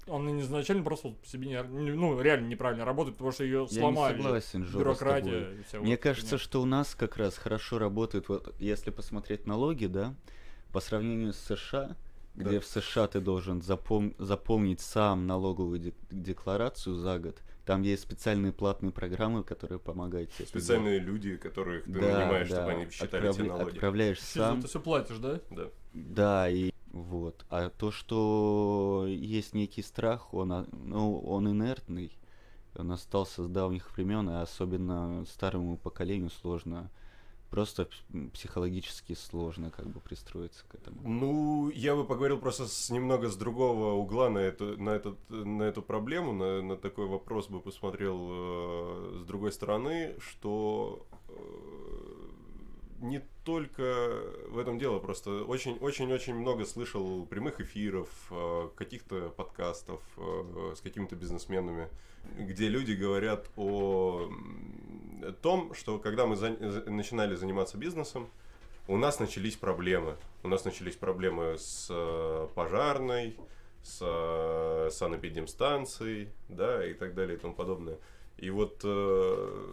он изначально просто вот по себе не, ну, реально неправильно работает, потому что ее
Я
сломали.
не согласен, Жора, с
Бюрократия
тобой.
и вся
Мне
вот
кажется,
фигня.
что у нас как раз хорошо работает, вот если посмотреть налоги, да, по сравнению с США,
Да.
где в США ты должен запом- заполнить сам налоговую де- декларацию за год. Там есть специальные платные программы, которые помогают тебе. это делать.
Специальные люди, которых ты
Да,
нанимаешь,
да.
чтобы они считали
Отправля-
те налоги.
Отправляешь
Ты
сам.
это все платишь, да?
Да.
Да, и вот. А то, что есть некий страх, он, а, ну, он инертный, он остался с давних времен, и особенно старому поколению сложно, просто п- психологически сложно как бы пристроиться к этому.
Ну, я бы поговорил просто с, немного с другого угла на эту, на этот, на эту проблему, на, на такой вопрос бы посмотрел э, с другой стороны, что э, не только в этом дело, просто очень-очень-очень много слышал прямых эфиров, э, каких-то подкастов э, с какими-то бизнесменами, где люди говорят о м, том, что когда мы за- за- начинали заниматься бизнесом, у нас начались проблемы. У нас начались проблемы с э, пожарной, с э, санэпидемстанцией, да, и так далее и тому подобное. И вот, э,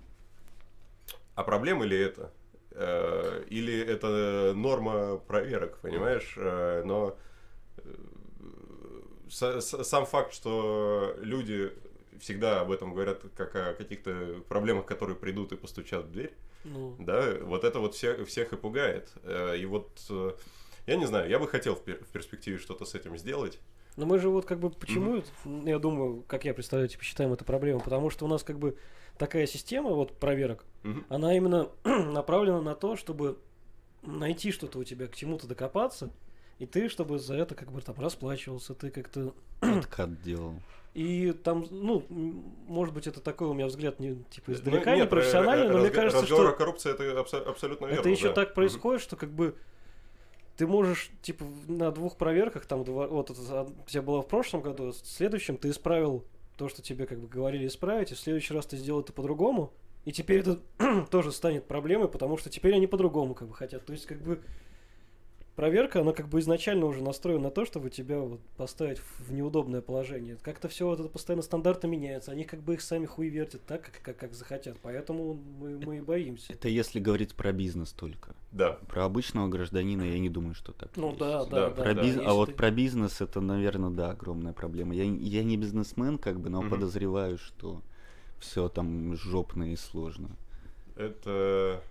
а проблема ли это? Э, или это норма проверок, понимаешь? Э, но э, с- с- сам факт, что люди всегда об этом говорят как о каких-то проблемах, которые придут и постучат в дверь,
Ну,
да, вот это вот всех, всех и пугает. Э, И вот, э, я не знаю, я бы хотел в пер- в перспективе что-то с этим сделать.
но мы же вот как бы почему, это, я думаю, как я представляю, типа, считаем это проблемой, потому что у нас как бы такая система вот проверок,
Мгм.
она именно направлена на то, чтобы найти что-то у тебя, к чему-то докопаться, и ты, чтобы за это как бы там расплачивался, ты как-то...
Откат делал.
И там, ну, м, может быть, это такой у меня взгляд не типа издалека,
Ну,
не
нет,
профессиональный,
э,
но мне
разго-
кажется,
разговор
что
о коррупции это абсо- абсолютно верно.
это еще
да.
так
Мгм.
происходит, что как бы ты можешь, типа, в- на двух проверках, там, два- вот это за- у тебя было в прошлом году, в следующем ты исправил то, что тебе как бы говорили исправить, и в следующий раз ты сделал это по-другому, и теперь это тоже станет проблемой, потому что теперь они по-другому как бы хотят. То есть как бы проверка, она как бы изначально уже настроена на то, чтобы тебя вот поставить в неудобное положение. Как-то все вот это постоянно стандарты меняются, они как бы их сами хуй вертят так, как, как, как захотят, поэтому мы, мы и боимся.
Это если говорить про бизнес только.
Да.
Про обычного гражданина я не думаю, что так.
Ну
есть.
да,
Да,
да, да.
Про
да.
биз-
Если
А вот
ты-
про бизнес это, наверное, да, огромная проблема. Я, я не бизнесмен, как бы, но
Мгм.
подозреваю, что все там жопно и сложно.
Это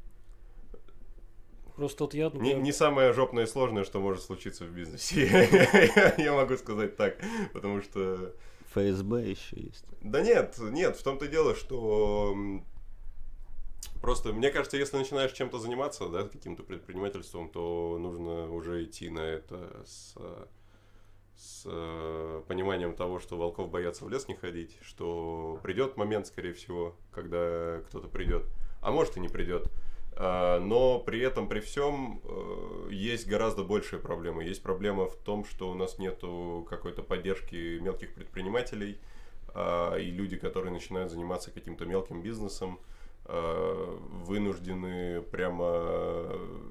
Просто вот я,
не,
например,
не самое жопное и сложное, что может случиться в бизнесе. Я могу сказать так, потому что...
ФСБ еще есть.
Да нет, нет, в том-то и дело, что м, просто, мне кажется, если начинаешь чем-то заниматься, да, каким-то предпринимательством, то нужно уже идти на это с, с э, пониманием того, что волков боятся в лес не ходить, что придет момент, скорее всего, когда кто-то придет, а может и не придет. А, Но при этом, при всем, э, есть гораздо большая проблема. Есть проблема в том, что у нас нету какой-то поддержки мелких предпринимателей, а, и люди, которые начинают заниматься каким-то мелким бизнесом, а, вынуждены прямо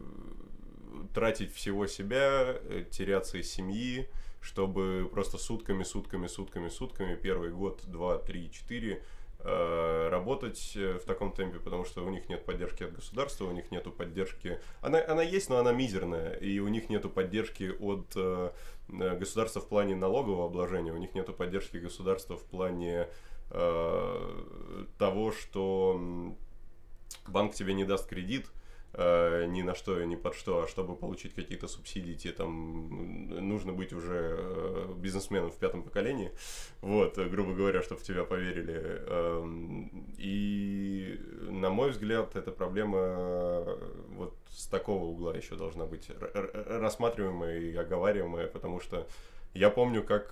тратить всего себя, э, теряться из семьи, чтобы просто сутками, сутками, сутками, сутками, первый год, два, три, четыре, э, работать э, в таком темпе, потому что у них нет поддержки от государства, у них нету поддержки, она, она есть, но она мизерная, и у них нету поддержки от э, э, государства в плане налогового обложения, у них нету поддержки государства в плане э, того, что м, банк тебе не даст кредит, э, ни на что и ни под что, а чтобы получить какие-то субсидии, тебе там нужно быть уже э, бизнесменом в пятом поколении, вот, э, грубо говоря, чтобы в тебя поверили. Эм, и, на мой взгляд, эта проблема э, вот с такого угла еще должна быть р- р- рассматриваемая и оговариваемая, потому что я помню, как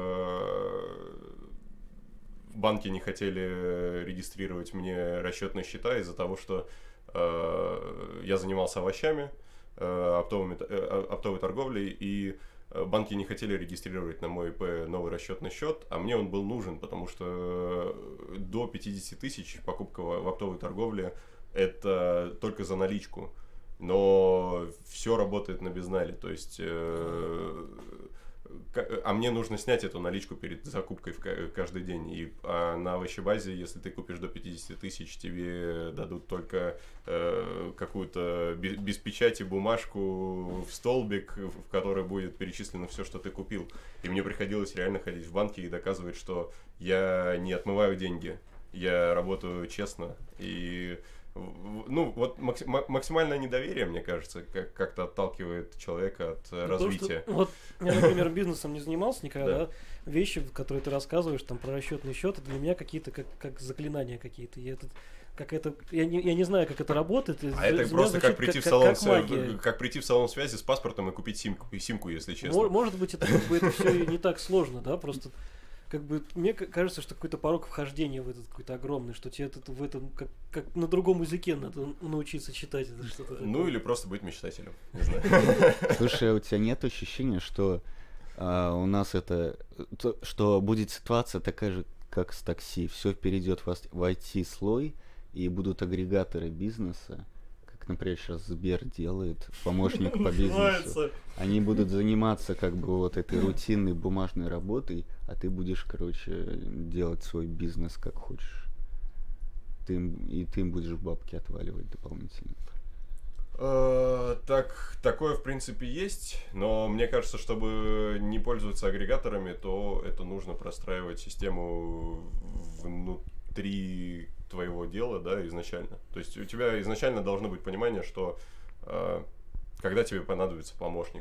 э, банки не хотели регистрировать мне расчетные счета из-за того, что э, я занимался овощами, э, оптовыми, э, оптовой торговлей, и э, банки не хотели регистрировать на мой ИП новый расчетный счет, а мне он был нужен, потому что до пятьдесят тысяч покупка в, в оптовой торговле – это только за наличку, но все работает на безнале, то есть э, а мне нужно снять эту наличку перед закупкой в каждый день. И а на овощебазе, если ты купишь до пятьдесят тысяч, тебе дадут только э, какую-то без печати бумажку в столбик, в который будет перечислено все, что ты купил. И мне приходилось реально ходить в банки и доказывать, что я не отмываю деньги, я работаю честно. И ну, вот максимальное недоверие, мне кажется, как- как-то отталкивает человека от э,
Ну,
развития.
что, вот я, например, бизнесом не занимался никогда,
Да.
да. Вещи, которые ты рассказываешь, там, про расчетный счет, для меня какие-то как, как заклинания какие-то. Я, этот, как это, я, не, я не знаю, как это работает. и
А
для
это
меня
просто как
звучит
прийти в
как,
салон,
как
с-
магия.
как прийти в салон связи с паспортом и купить симку, симку, если честно.
Мо- Может быть, это как бы это все не так сложно, да, просто как бы мне к- кажется, что какой-то порог вхождения в этот какой-то огромный, что тебе это, в этом как, как на другом языке надо научиться читать это что-то.
Ну
такое.
или просто быть мечтателем, не знаю.
Слушай, а у тебя нет ощущения, что а, у нас это, то- что будет ситуация такая же, как с такси, все перейдет в, ас- в ай ти-слой, и будут агрегаторы бизнеса, как, например, сейчас Сбер делает, помощник по бизнесу.
Называется.
Они будут заниматься как бы вот этой рутинной бумажной работой, а ты будешь, короче, делать свой бизнес как хочешь. Ты, им- и ты им будешь бабки отваливать дополнительно.
Э, Так, такое, в принципе, есть, но мне кажется, чтобы не пользоваться агрегаторами, то это нужно простраивать систему внутри твоего дела, да, изначально. То есть у тебя изначально должно быть понимание, что э, когда тебе понадобится помощник,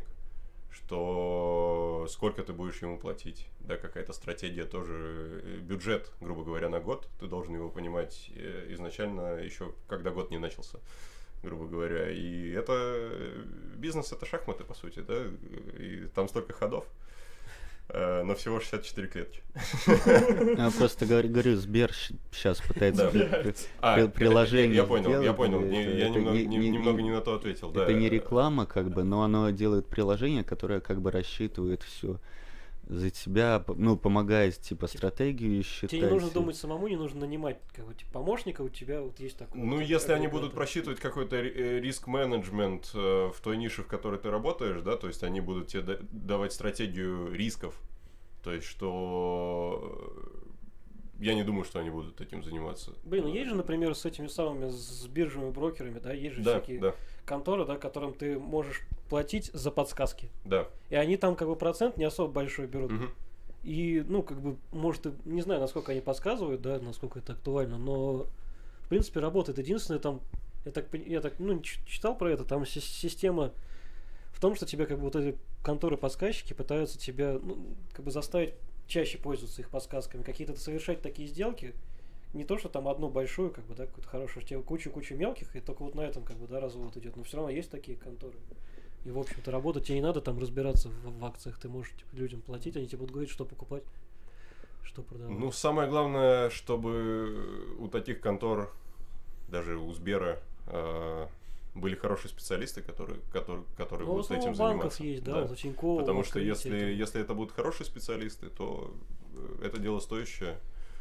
что сколько ты будешь ему платить, да, какая-то стратегия тоже, э, бюджет, грубо говоря, на год, ты должен его понимать э, изначально еще, когда год не начался, грубо говоря. И это э, бизнес, это шахматы, по сути, да, и там столько ходов, э, но всего шестьдесят четыре клетки.
Я просто говорю, говорю Сбер сейчас пытается
Да.
при- при-
А,
при-
это-
приложение
Я понял, я
сделать,
понял,
это-
не- я
это
немного
не-
не-
не-
немного
не-
не на то ответил, да.
Это не реклама, как бы, но оно делает приложение, которое как бы рассчитывает все за тебя, п- ну, помогает, типа, стратегию считать.
Тебе не нужно
и-
думать самому, не нужно нанимать какого-то помощника, у тебя вот есть такой.
Ну,
вот
если они
агрегатор.
будут просчитывать какой-то ри- э, риск-менеджмент э, в той нише, в которой ты работаешь, да, то есть они будут тебе да- давать стратегию рисков, то есть что э, я не думаю, что они будут этим заниматься.
Блин, ну есть же, например, с этими самыми с биржевыми брокерами, да, есть же
Да,
всякие
да,
конторы, да, которым ты можешь платить за подсказки.
да.
И они там как бы процент не особо большой берут.
Мгм.
И, ну, как бы, может, и не знаю, насколько они подсказывают, да, насколько это актуально, но, в принципе, работает. Единственное, там, я так, пони- я так ну, ч- читал про это, там си- система в том, что тебя, как бы, вот эти конторы-подсказчики пытаются тебя, ну, как бы, заставить чаще пользоваться их подсказками, какие-то совершать такие сделки, не то, что там одну большую, как бы, да, какую-то хорошую, тебе кучу-кучу мелких, и только вот на этом, как бы, да, развод идет, но все равно есть такие конторы. И, в общем-то, работать тебе не надо там разбираться в, в акциях, ты можешь типа, людям платить, они тебе будут говорить, что покупать, что продавать.
Ну, самое главное, чтобы у таких контор, даже у Сбера, э, были хорошие специалисты, которые, которые, которые
Ну, в
будут
основном
этим
у банков
заниматься.
есть, да, вот у Тинькова,
Потому
у
что
Открытия,
если,
там.
если это будут хорошие специалисты, то э, это дело стоящее.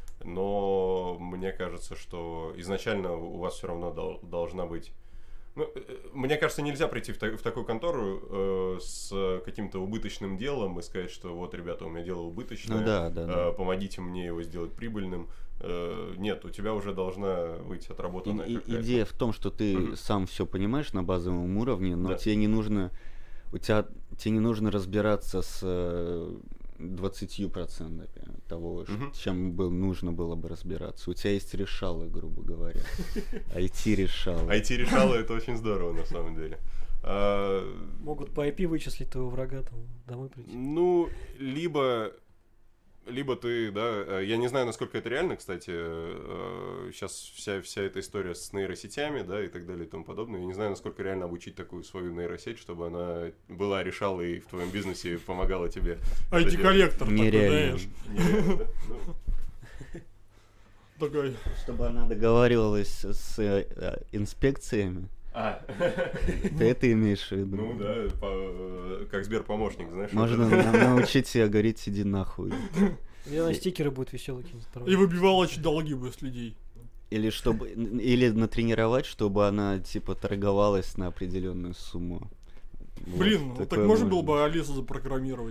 Но мне кажется, что изначально у вас все равно дол- должна быть... Ну, э, э, мне кажется, нельзя прийти в, та- в такую контору э, с каким-то убыточным делом и сказать, что вот, ребята, у меня дело убыточное,
Ну да, да, да.
э, помогите мне его сделать прибыльным. Э, нет, у тебя уже должна быть
И-
отработанная
и-
какая-то...
идея в том, что ты
Мгм.
сам все понимаешь на базовом уровне, но
Да.
тебе не нужно, у тебя тебе не нужно разбираться с э, двадцатью процентами того, ш-
Мгм.
чем был, нужно было бы разбираться. У тебя есть решалы, грубо говоря. ай ти-решалы.
ай ти-решало это очень здорово, на самом деле. А,
Могут по ай пи вычислить твоего врага, там, домой прийти.
Ну, либо, либо ты, да, э, я не знаю, насколько это реально, кстати, сейчас вся, вся эта история с нейросетями, да, и так далее и тому подобное, я не знаю, насколько реально обучить такую свою нейросеть, чтобы она была, решала и в твоем бизнесе помогала тебе.
ай ти-коллектор такой,
Нереально.
знаешь.
Нереально, да? Ну,
Такой.
Чтобы она договаривалась с э, э, инспекциями.
А,
Ты это имеешь в виду?
ну да, по- как Сберпомощник, знаешь.
Можно
вот это.
на- научить тебя говорить, иди нахуй.
Или на стикеры будут веселые какие-нибудь
И
отправлять.
выбивала чуть долги бы с людей.
Или чтобы, или натренировать, чтобы она типа торговалась на определенную сумму. Вот,
Блин, ну так
такое
можно было бы Алису запрограммировать.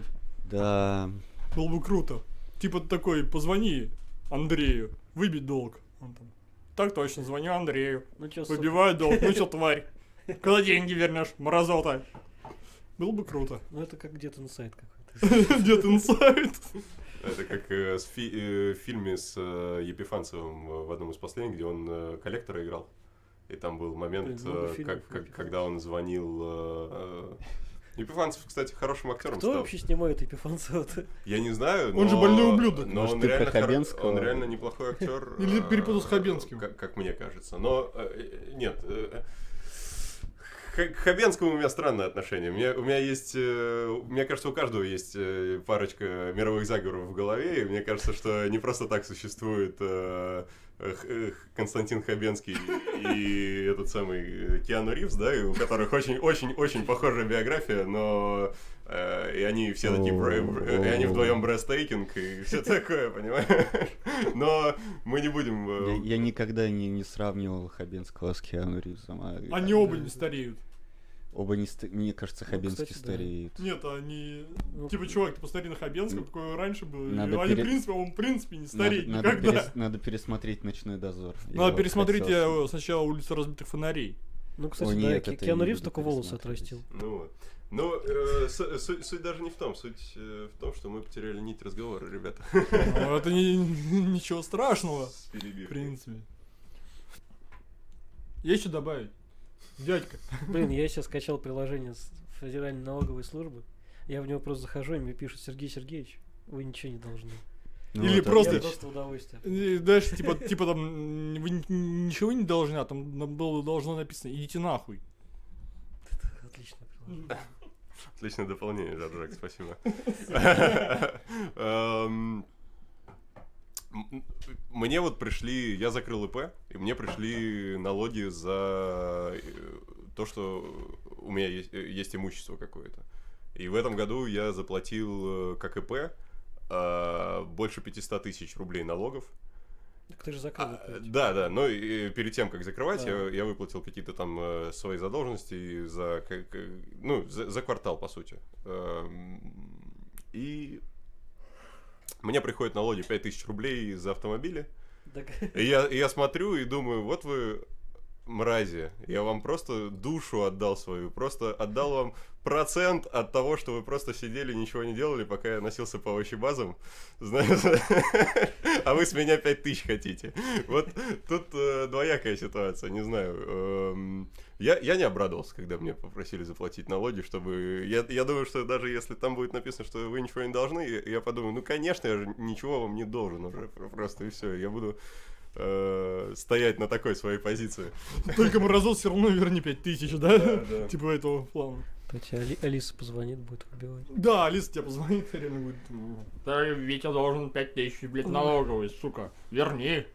Да.
Было бы круто. Типа такой, позвони Андрею, выбить долг. Он там, так точно, звоню Андрею.
Ну чё,
Выбиваю долг, ну чё, тварь? Когда деньги вернешь, мразота? Было бы круто.
Ну это как где-то на сайт какой-то.
Где-то инсайт.
Это как э, с фи- э, в фильме с э, Епифанцевым э, в одном из последних, где он э, коллектора играл. И там был момент,
Блин, много
э,
фильмов
как, как-
Епифанцев.
когда он звонил... э, э, Епифанцев, кстати, хорошим актером
Кто
стал.
вообще снимает Епифанцева-то?
Я не знаю,
Он же
но-
больной ублюдок.
Но
Может,
он
ты
реально,
про
хоро-
Хабенского?
он реально неплохой актер.
Или
э,
перепутал с Хабенским.
Как, как мне кажется. Но э, нет. э, Х- К Хабенскому у меня странное отношение. У меня, у меня есть, э, мне кажется, у каждого есть э, парочка мировых заговоров в голове, и мне кажется, что не просто так существует э, э, Х- э, Константин Хабенский и этот самый э, Киану Ривз, да, и у которых очень-очень-очень похожая биография, но э, и они все такие, бре- бре- и они вдвоем брестейкинг и все такое, понимаешь? Но мы не будем... э,
Я, я никогда не, не сравнивал Хабенского с Киану Ривзом. А,
Они оба не стареют.
оба не ста- Мне кажется,
Ну,
Хабенский
кстати, да.
стареет.
Нет, они...
Ну,
Типа, чувак, ты посмотри на Хабенского, такое раньше было. и
Надо
они,
пере-
в принципе, он, в принципе, не
Надо,
стареет
надо
никогда.
перес- надо пересмотреть «Ночной дозор». Я
Надо
вот
пересмотреть
хотел-
я сначала «Улицу разбитых фонарей».
Ну, кстати,
О,
да,
нет,
Ки-
это
Киану
я не
Ривз
буду
только волосы
пересматривать.
отрастил.
Ну вот. Но э, су- суть, суть даже не в том. Суть э, в том, что мы потеряли нить разговора, ребята.
Ну, это не- ничего страшного,
С
в
перебивкой.
принципе. Есть что добавить? Дядька.
Блин, я сейчас скачал приложение с Федеральной налоговой службы. Я в него просто захожу, и мне пишут: Сергей Сергеевич, вы ничего не должны.
Ну,
Или
это
просто-
Я
отлично.
просто удовольствие.
И дальше, типа, типа там, м, вы ни- ничего не должны, а там на- было должно написано, идите нахуй.
Отличное приложение.
Отличное дополнение, Жак, спасибо. Эм, м- Мне вот пришли, я закрыл ИП, и мне пришли налоги за э, то, что у меня есть, э, есть имущество какое-то. И в этом году я заплатил э, как ИП э, больше пятьсот тысяч рублей налогов.
Так ты же закрыл.
А,
опять.
да, да, но и перед тем, как закрывать,
А.
я, я выплатил какие-то там э, свои задолженности за, к- к- ну, за, за квартал, по сути. Эм, И мне приходят налоги пять тысяч рублей за автомобили.
Так-
И я, и я смотрю и думаю, вот вы мрази, я вам просто душу отдал свою, просто отдал вам процент от того, что вы просто сидели, ничего не делали, пока я носился по овощебазам, знаете, а вы с меня пять тысяч хотите. Вот тут э, двоякая ситуация, не знаю. Эм, я, я не обрадовался, когда мне попросили заплатить налоги, чтобы... Я, я думаю, что даже если там будет написано, что вы ничего не должны, я, я подумаю, ну, конечно, я же ничего вам не должен уже, просто и все, я буду... э, стоять на такой своей позиции.
Только мразот все равно верни пять тысяч, да?
да.
Типа этого плана.
Кстати, Али- Алиса позвонит, будет выбивать.
Да, Алиса тебе позвонит, реально будет. Да, Витя должен пять тысяч, блядь, налоговый, сука. Верни.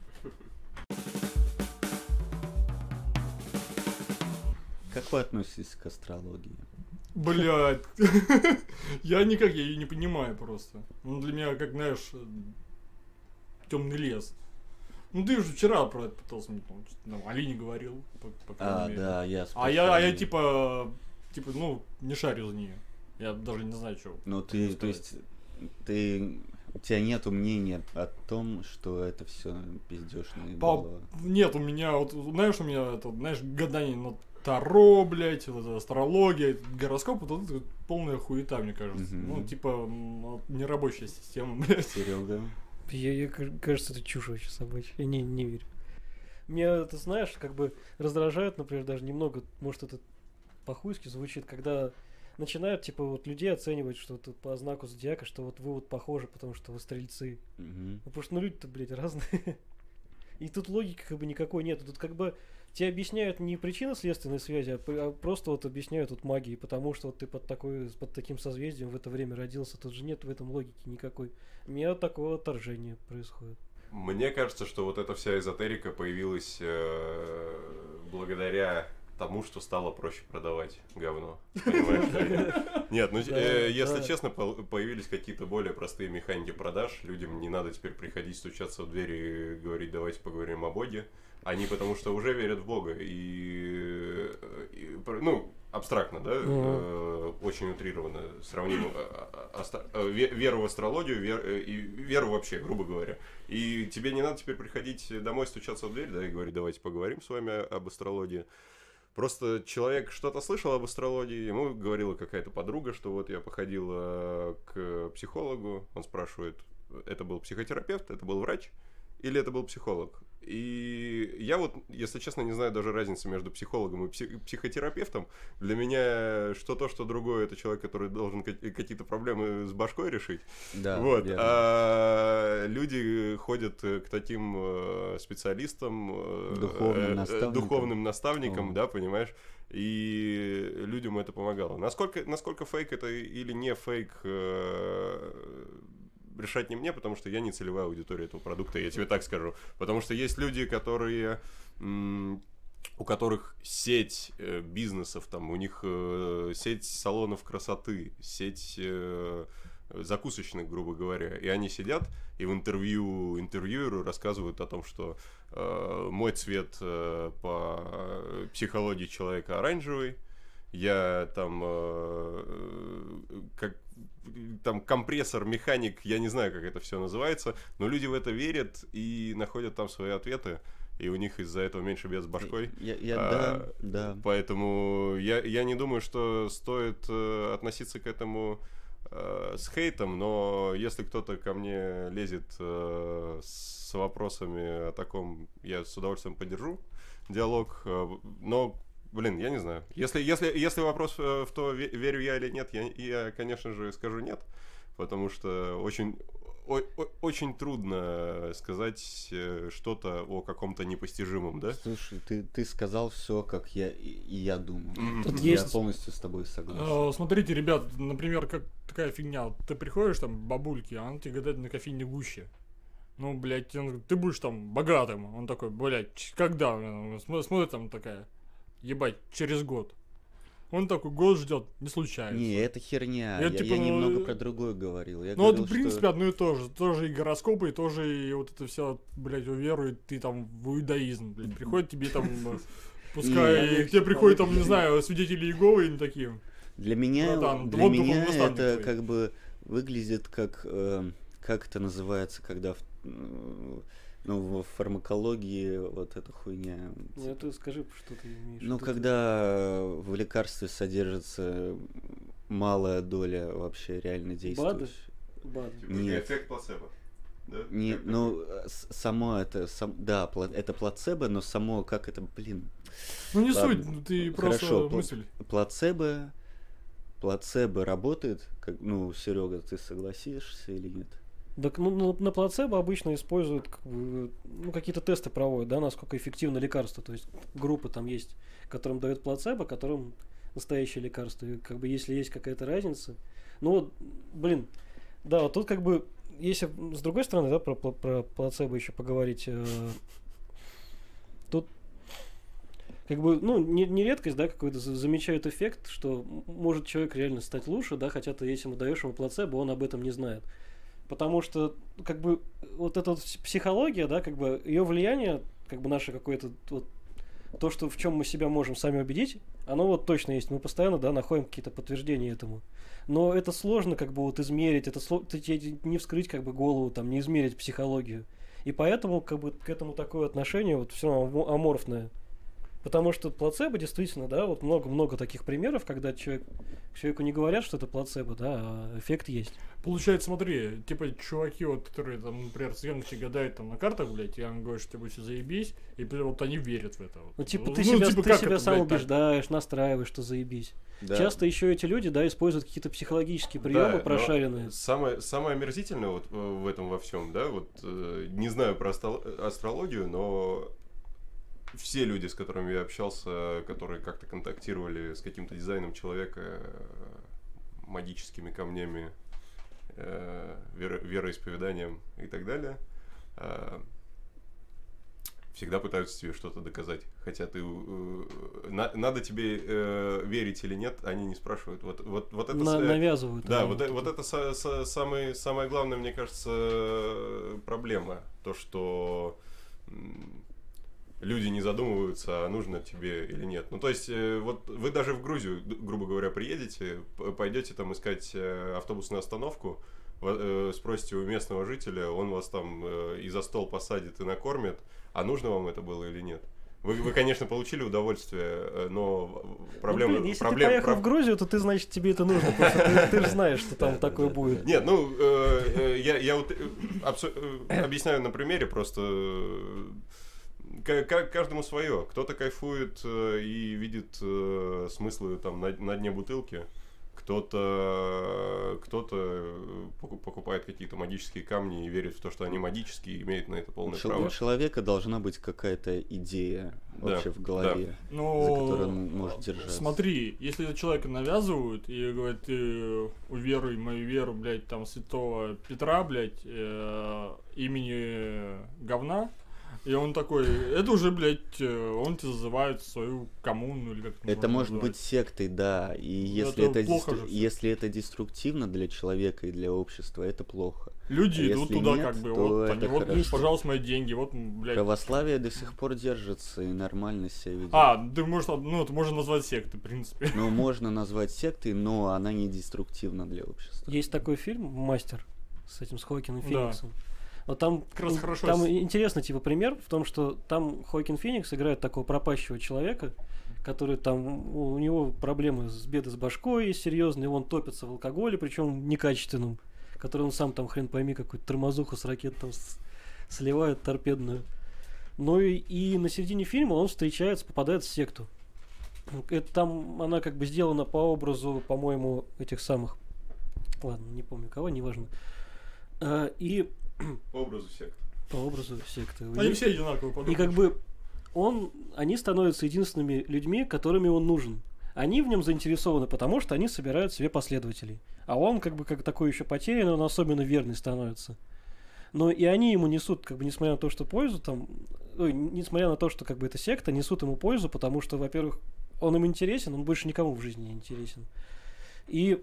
Как вы относитесь к астрологии?
Блядь. Я никак, я ее не понимаю просто. Ну, для меня, как, знаешь, темный лес. Ну, ты уже вчера про это пытался мне, там, что-то, ну, Алине говорил, по, по крайней
А,
мере.
да, я
А я, а я
спрашивал.
типа, типа, ну, не шарю за нее. Я даже не знаю, что.
Ну ты, то есть, ты, у тебя нету мнения о том, что это все пиздёшные
По- Нет, у меня, вот, знаешь, у меня, это, знаешь, гадание на Таро, блядь, вот это астрология, гороскоп, вот это вот полная хуета, мне кажется.
Мгм.
Ну, типа, м, вот нерабочая система, блядь.
Серега.
Я, я, каж- кажется, это чушь вообще собачья. Я не, не верю. Меня, ты знаешь, как бы раздражает, например, даже немного, может, это по-хуйски звучит, когда начинают, типа, вот людей оценивать, что тут по знаку зодиака, что вот вы вот похожи, потому что вы стрельцы.
Мгм.
Ну, потому что, ну, люди-то, блядь, разные. И тут логики как бы никакой нет. Тут как бы тебе объясняют не причинно-следственные связи, а, п- а просто вот объясняют вот магии, потому что вот ты под, такой, под таким созвездием в это время родился. Тут же нет в этом логики никакой. У меня такого отторжения происходит.
Мне кажется, что вот эта вся эзотерика появилась э, благодаря тому, что стало проще продавать говно. Понимаешь? или нет? Нет, ну
Да,
э, если
да.
честно, по- появились какие-то более простые механики продаж. Людям не надо теперь приходить, стучаться в двери и говорить, давайте поговорим о Боге. Они потому что уже верят в Бога. И, и, ну, абстрактно, да,
Мгм.
э, очень утрированно сравним э, астро- э, ве- веру в астрологию вер- э, и веру вообще, грубо говоря. И тебе не надо теперь приходить домой, стучаться в дверь, да, и говорить, давайте поговорим с вами об астрологии. Просто человек что-то слышал об астрологии, ему говорила какая-то подруга, что вот я походил э, к психологу, он спрашивает, это был психотерапевт, это был врач или это был психолог? И я вот, если честно, не знаю даже разницы между психологом и псих- психотерапевтом. Для меня что то, что другое, это человек, который должен ка- какие-то проблемы с башкой решить.
Да,
Вот.
верно.
А люди ходят к таким э, специалистам, э,
Духовным
э, э,
наставникам.
духовным наставникам,
О.
да, понимаешь? И людям это помогало. Насколько, насколько фейк это или не фейк, э, решать не мне, потому что я не целевая аудитория этого продукта, я тебе так скажу. Потому что есть люди, которые... м- у которых сеть э, бизнесов, там, у них э, сеть салонов красоты, сеть э, закусочных, грубо говоря, и они сидят и в интервью интервьюеру рассказывают о том, что э, мой цвет э, по психологии человека оранжевый, я там э, как там компрессор, механик, я не знаю, как это все называется, но люди в это верят и находят там свои ответы. И у них из-за этого меньше бед с башкой.
Я, я-
А,
да, да.
Поэтому я, я не думаю, что стоит э, относиться к этому э, с хейтом, но если кто-то ко мне лезет э, с вопросами о таком, я с удовольствием поддержу диалог. Э, но, блин, я не знаю. Если, если, если вопрос э, в то, ве- верю я или нет, я, я, конечно же, скажу нет, потому что очень... О- о- очень трудно сказать э, что-то о каком-то непостижимом, да?
Слушай, ты, ты сказал все, как я и, и я думаю.
Мгм.
Тут
Я
есть-
полностью с тобой согласен.
Э, Смотрите, ребят, например, как такая фигня. Ты приходишь там, бабульки, а она тебе гадает на кофейне гуще. Ну, блядь, он говорит, ты будешь там богатым. Он такой, блядь, ч- когда? Он смо- смотрит там такая, ебать, через год. Он такой, год ждет, не случается.
Не, это херня.
Я,
Я,
типа,
я немного
ну,
про другое говорил. Я
Ну, вот,
говорил,
в принципе,
что...
одно и то же. Тоже и гороскопы, и тоже и вот это все, блядь, в веру, и ты там в иудаизм, блядь. Приходит тебе там, э, пускай,
Не,
к тебе приходят там, не знаю, свидетели Иеговы и такие.
Для меня,
Братан,
для
вот
меня
духовный наставник
это
твой.
как бы выглядит как... э, как это называется, когда... в- э, ну, в фармакологии вот эта хуйня.
Ну, это скажи, что ты имеешь в
Ну,
виду.
когда в лекарстве содержится малая доля вообще реально действующей.
Бады.
Типа,
Нет.
эффект плацебо. Да?
Не,
Как
ну, э, с- само это, сам, да, пла- это плацебо, но само, как это, блин,
Ну, не
Ладно.
суть, ну, ты просто
Хорошо, пла-
мысль.
плацебо, плацебо работает, как, ну, Серега, ты согласишься или нет?
Так, ну, на, на плацебо обычно используют как бы, ну, какие-то тесты проводят, да, насколько эффективно лекарство. То есть группы там есть, которым дают плацебо, которым настоящее лекарство. И как бы если есть какая-то разница. Ну вот, блин, да, вот тут как бы, если с другой стороны, да, про, пла- про плацебо еще поговорить, э, тут как бы, ну, не, не редкость, да, какой-то за- замечают эффект, что м- может человек реально стать лучше, да, хотя ты, если ему даешь ему плацебо, он об этом не знает. Потому что, как бы, вот эта вот пс- психология, да, как бы, ее влияние, как бы, наше какое-то, вот, то, что в чем мы себя можем сами убедить, оно вот точно есть. Мы постоянно, да, находим какие-то подтверждения этому. Но это сложно, как бы, вот измерить, это сло- ты- тебе не вскрыть, как бы, голову, там, не измерить психологию. И поэтому, как бы, к этому такое отношение, вот, все равно амо- аморфное. Потому что плацебо действительно, да, вот много-много таких примеров, когда человек, человеку не говорят, что это плацебо, да, а эффект есть.
Получается, смотри, типа, чуваки, вот, которые, там, например, цыганки гадают там на картах, блядь, и он говорит, что тебе все заебись, и при- вот они верят в это. Вот.
Ну, типа,
Ну,
ты
ну,
себя,
типа,
ты
как
себя
это,
сам
блядь, так?
убеждаешь, настраиваешь, что заебись.
Да.
Часто еще эти люди, да, используют какие-то психологические приемы
Да, но
прошаренные.
Самое, самое омерзительное вот э, в этом во всем, да, вот э, не знаю про астро- астрологию, но все люди, с которыми я общался, которые как-то контактировали с каким-то дизайном человека, э, магическими камнями, э, веро- вероисповеданием и так далее, э, всегда пытаются тебе что-то доказать. Хотя ты э, на- надо тебе э, верить или нет, они не спрашивают. Вот, вот, вот это
На-
с- э,
навязывают.
да,
они
вот, э- вот это са- са- самый, самая главная, мне кажется, э, проблема. То, что м, люди не задумываются, а нужно тебе или нет. Ну, то есть, э, вот вы даже в Грузию, г- грубо говоря, приедете, п- пойдете там искать э, автобусную остановку, в- э, спросите у местного жителя, он вас там э, и за стол посадит, и накормит, а нужно вам это было или нет. Вы, вы конечно, получили удовольствие, э, но проблема...
Ну, блин, если
проблем-
ты поехал
проб-
в Грузию, то ты, значит, тебе это нужно. Просто ты, ты же знаешь, что там
Да,
такое
да,
будет.
Нет, ну, э, э, я, я вот, э, абсо- э, объясняю на примере, просто э, ка- ка- каждому свое. Кто-то кайфует э, и видит э, смыслы там на, на дне бутылки, кто-то, кто-то э, поку- покупает какие-то магические камни и верит в то, что они магические, и имеет на это
У,
полное
чел-
право.
у человека должна быть какая-то идея
Да,
вообще в голове,
Ну,
за которую он может держаться.
смотри, если человека навязывают и говорят, ты уверуй в мою веру, блядь, там, святого Петра, блядь, э, имени говна, и он такой, это уже, блядь, э, он тебя зазывает в свою коммуну или как это
Это
можно
может
назвать.
быть сектой, да. И если
это
это,
плохо
дестру-
же всё.
если это деструктивно для человека и для общества, это плохо.
Люди
А
идут
если
туда,
нет,
как бы,
то
вот,
это
они, вот,
хорошо.
пожалуйста, мои деньги, вот, м, блядь.
Православие до сих пор держится и нормально себя ведет.
А, ты можешь, ну, это можно назвать сектой, в принципе.
Ну, можно назвать сектой, но она не деструктивна для общества.
Есть такой фильм «Мастер» с этим, с Хоакином
Да.
Фениксом. Вот там,
Как раз хорошо
там
с-
интересный типа пример в том, что там Хоакин Феникс играет такого пропащего человека, который там, у него проблемы с беды с башкой есть серьезные, он топится в алкоголе, причем некачественном, который он сам там хрен пойми какую-то тормозуху с ракет там с- сливает торпедную. Ну и, и на середине фильма он встречается, попадает в секту. Это там она как бы сделана по образу, по-моему, этих самых. Ладно, не помню кого, неважно. А, и
По образу секты.
по образу секты.
Они
И-
все одинаковые,
и
подумай.
как бы он, они становятся единственными людьми, которыми он нужен. Они в нем заинтересованы, потому что они собирают себе последователей. А он как бы как такой еще потерянный, он особенно верный становится. Но и они ему несут, как бы, несмотря на то, что пользу там, ой, несмотря на то, что как бы это секта, несут ему пользу, потому что, во-первых, он им интересен, он больше никому в жизни не интересен. И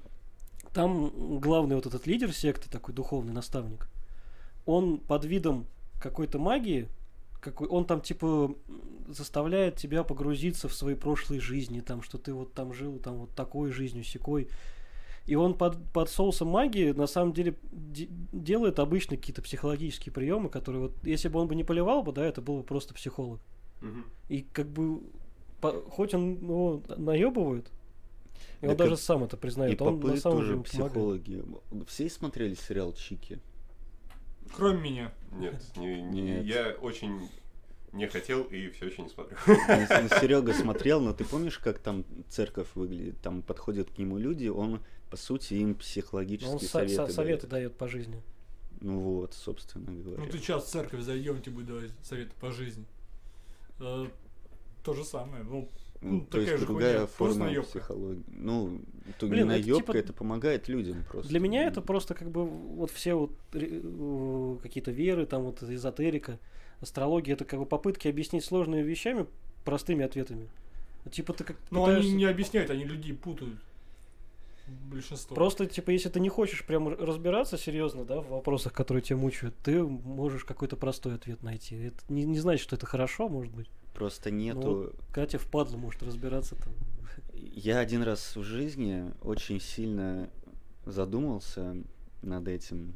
там главный вот этот лидер секты, такой духовный наставник, он под видом какой-то магии, какой, он там типа заставляет тебя погрузиться в свои прошлые жизни, там, что ты вот там жил, там вот такой жизнью, сякой. И он под, под соусом магии на самом деле де- делает обычно какие-то психологические приемы, которые вот, если бы он бы не поливал бы, да, это был бы просто психолог.
Мгм.
И как бы, по- хоть он его наебывает, и он
Так и-
даже сам это
И
признает, он на
попы
самом
тоже
деле помогает.
психологи. Все смотрели сериал «Чики»?
Кроме меня.
Нет, не- не-
Нет.
я очень не хотел и все еще не смотрю.
Серега смотрел, но ты помнишь, как там церковь выглядит? Там подходят к нему люди, он, по сути, им
Он
психологические
со- со-
советы
советы
дает.
дает по жизни.
Ну вот, собственно говоря.
Ну ты сейчас в церковь зайдем, тебе будет давать советы по жизни. Э, То же самое. Ну,
Ну,
ну,
то
такая
есть
же
другая
хуйня, просто
форма
наёбка.
психологии. Ну, то
Блин,
не
это
наебка,
типа-
это помогает людям просто.
Для меня это просто как бы вот все вот ре- э, какие-то веры, там вот эзотерика, астрология, это как бы попытки объяснить сложными вещами простыми ответами. Типа ты как
Но
пытаешься-
они не объясняют, они людей путают. Большинство.
Просто, типа, если ты не хочешь прям р- разбираться серьезно, да, в вопросах, которые тебя мучают, ты можешь какой-то простой ответ найти. Это не, не значит, что это хорошо, может быть.
Просто
Ну,
нету...
вот Катя впадло может разбираться там.
Я один раз в жизни очень сильно задумался над этим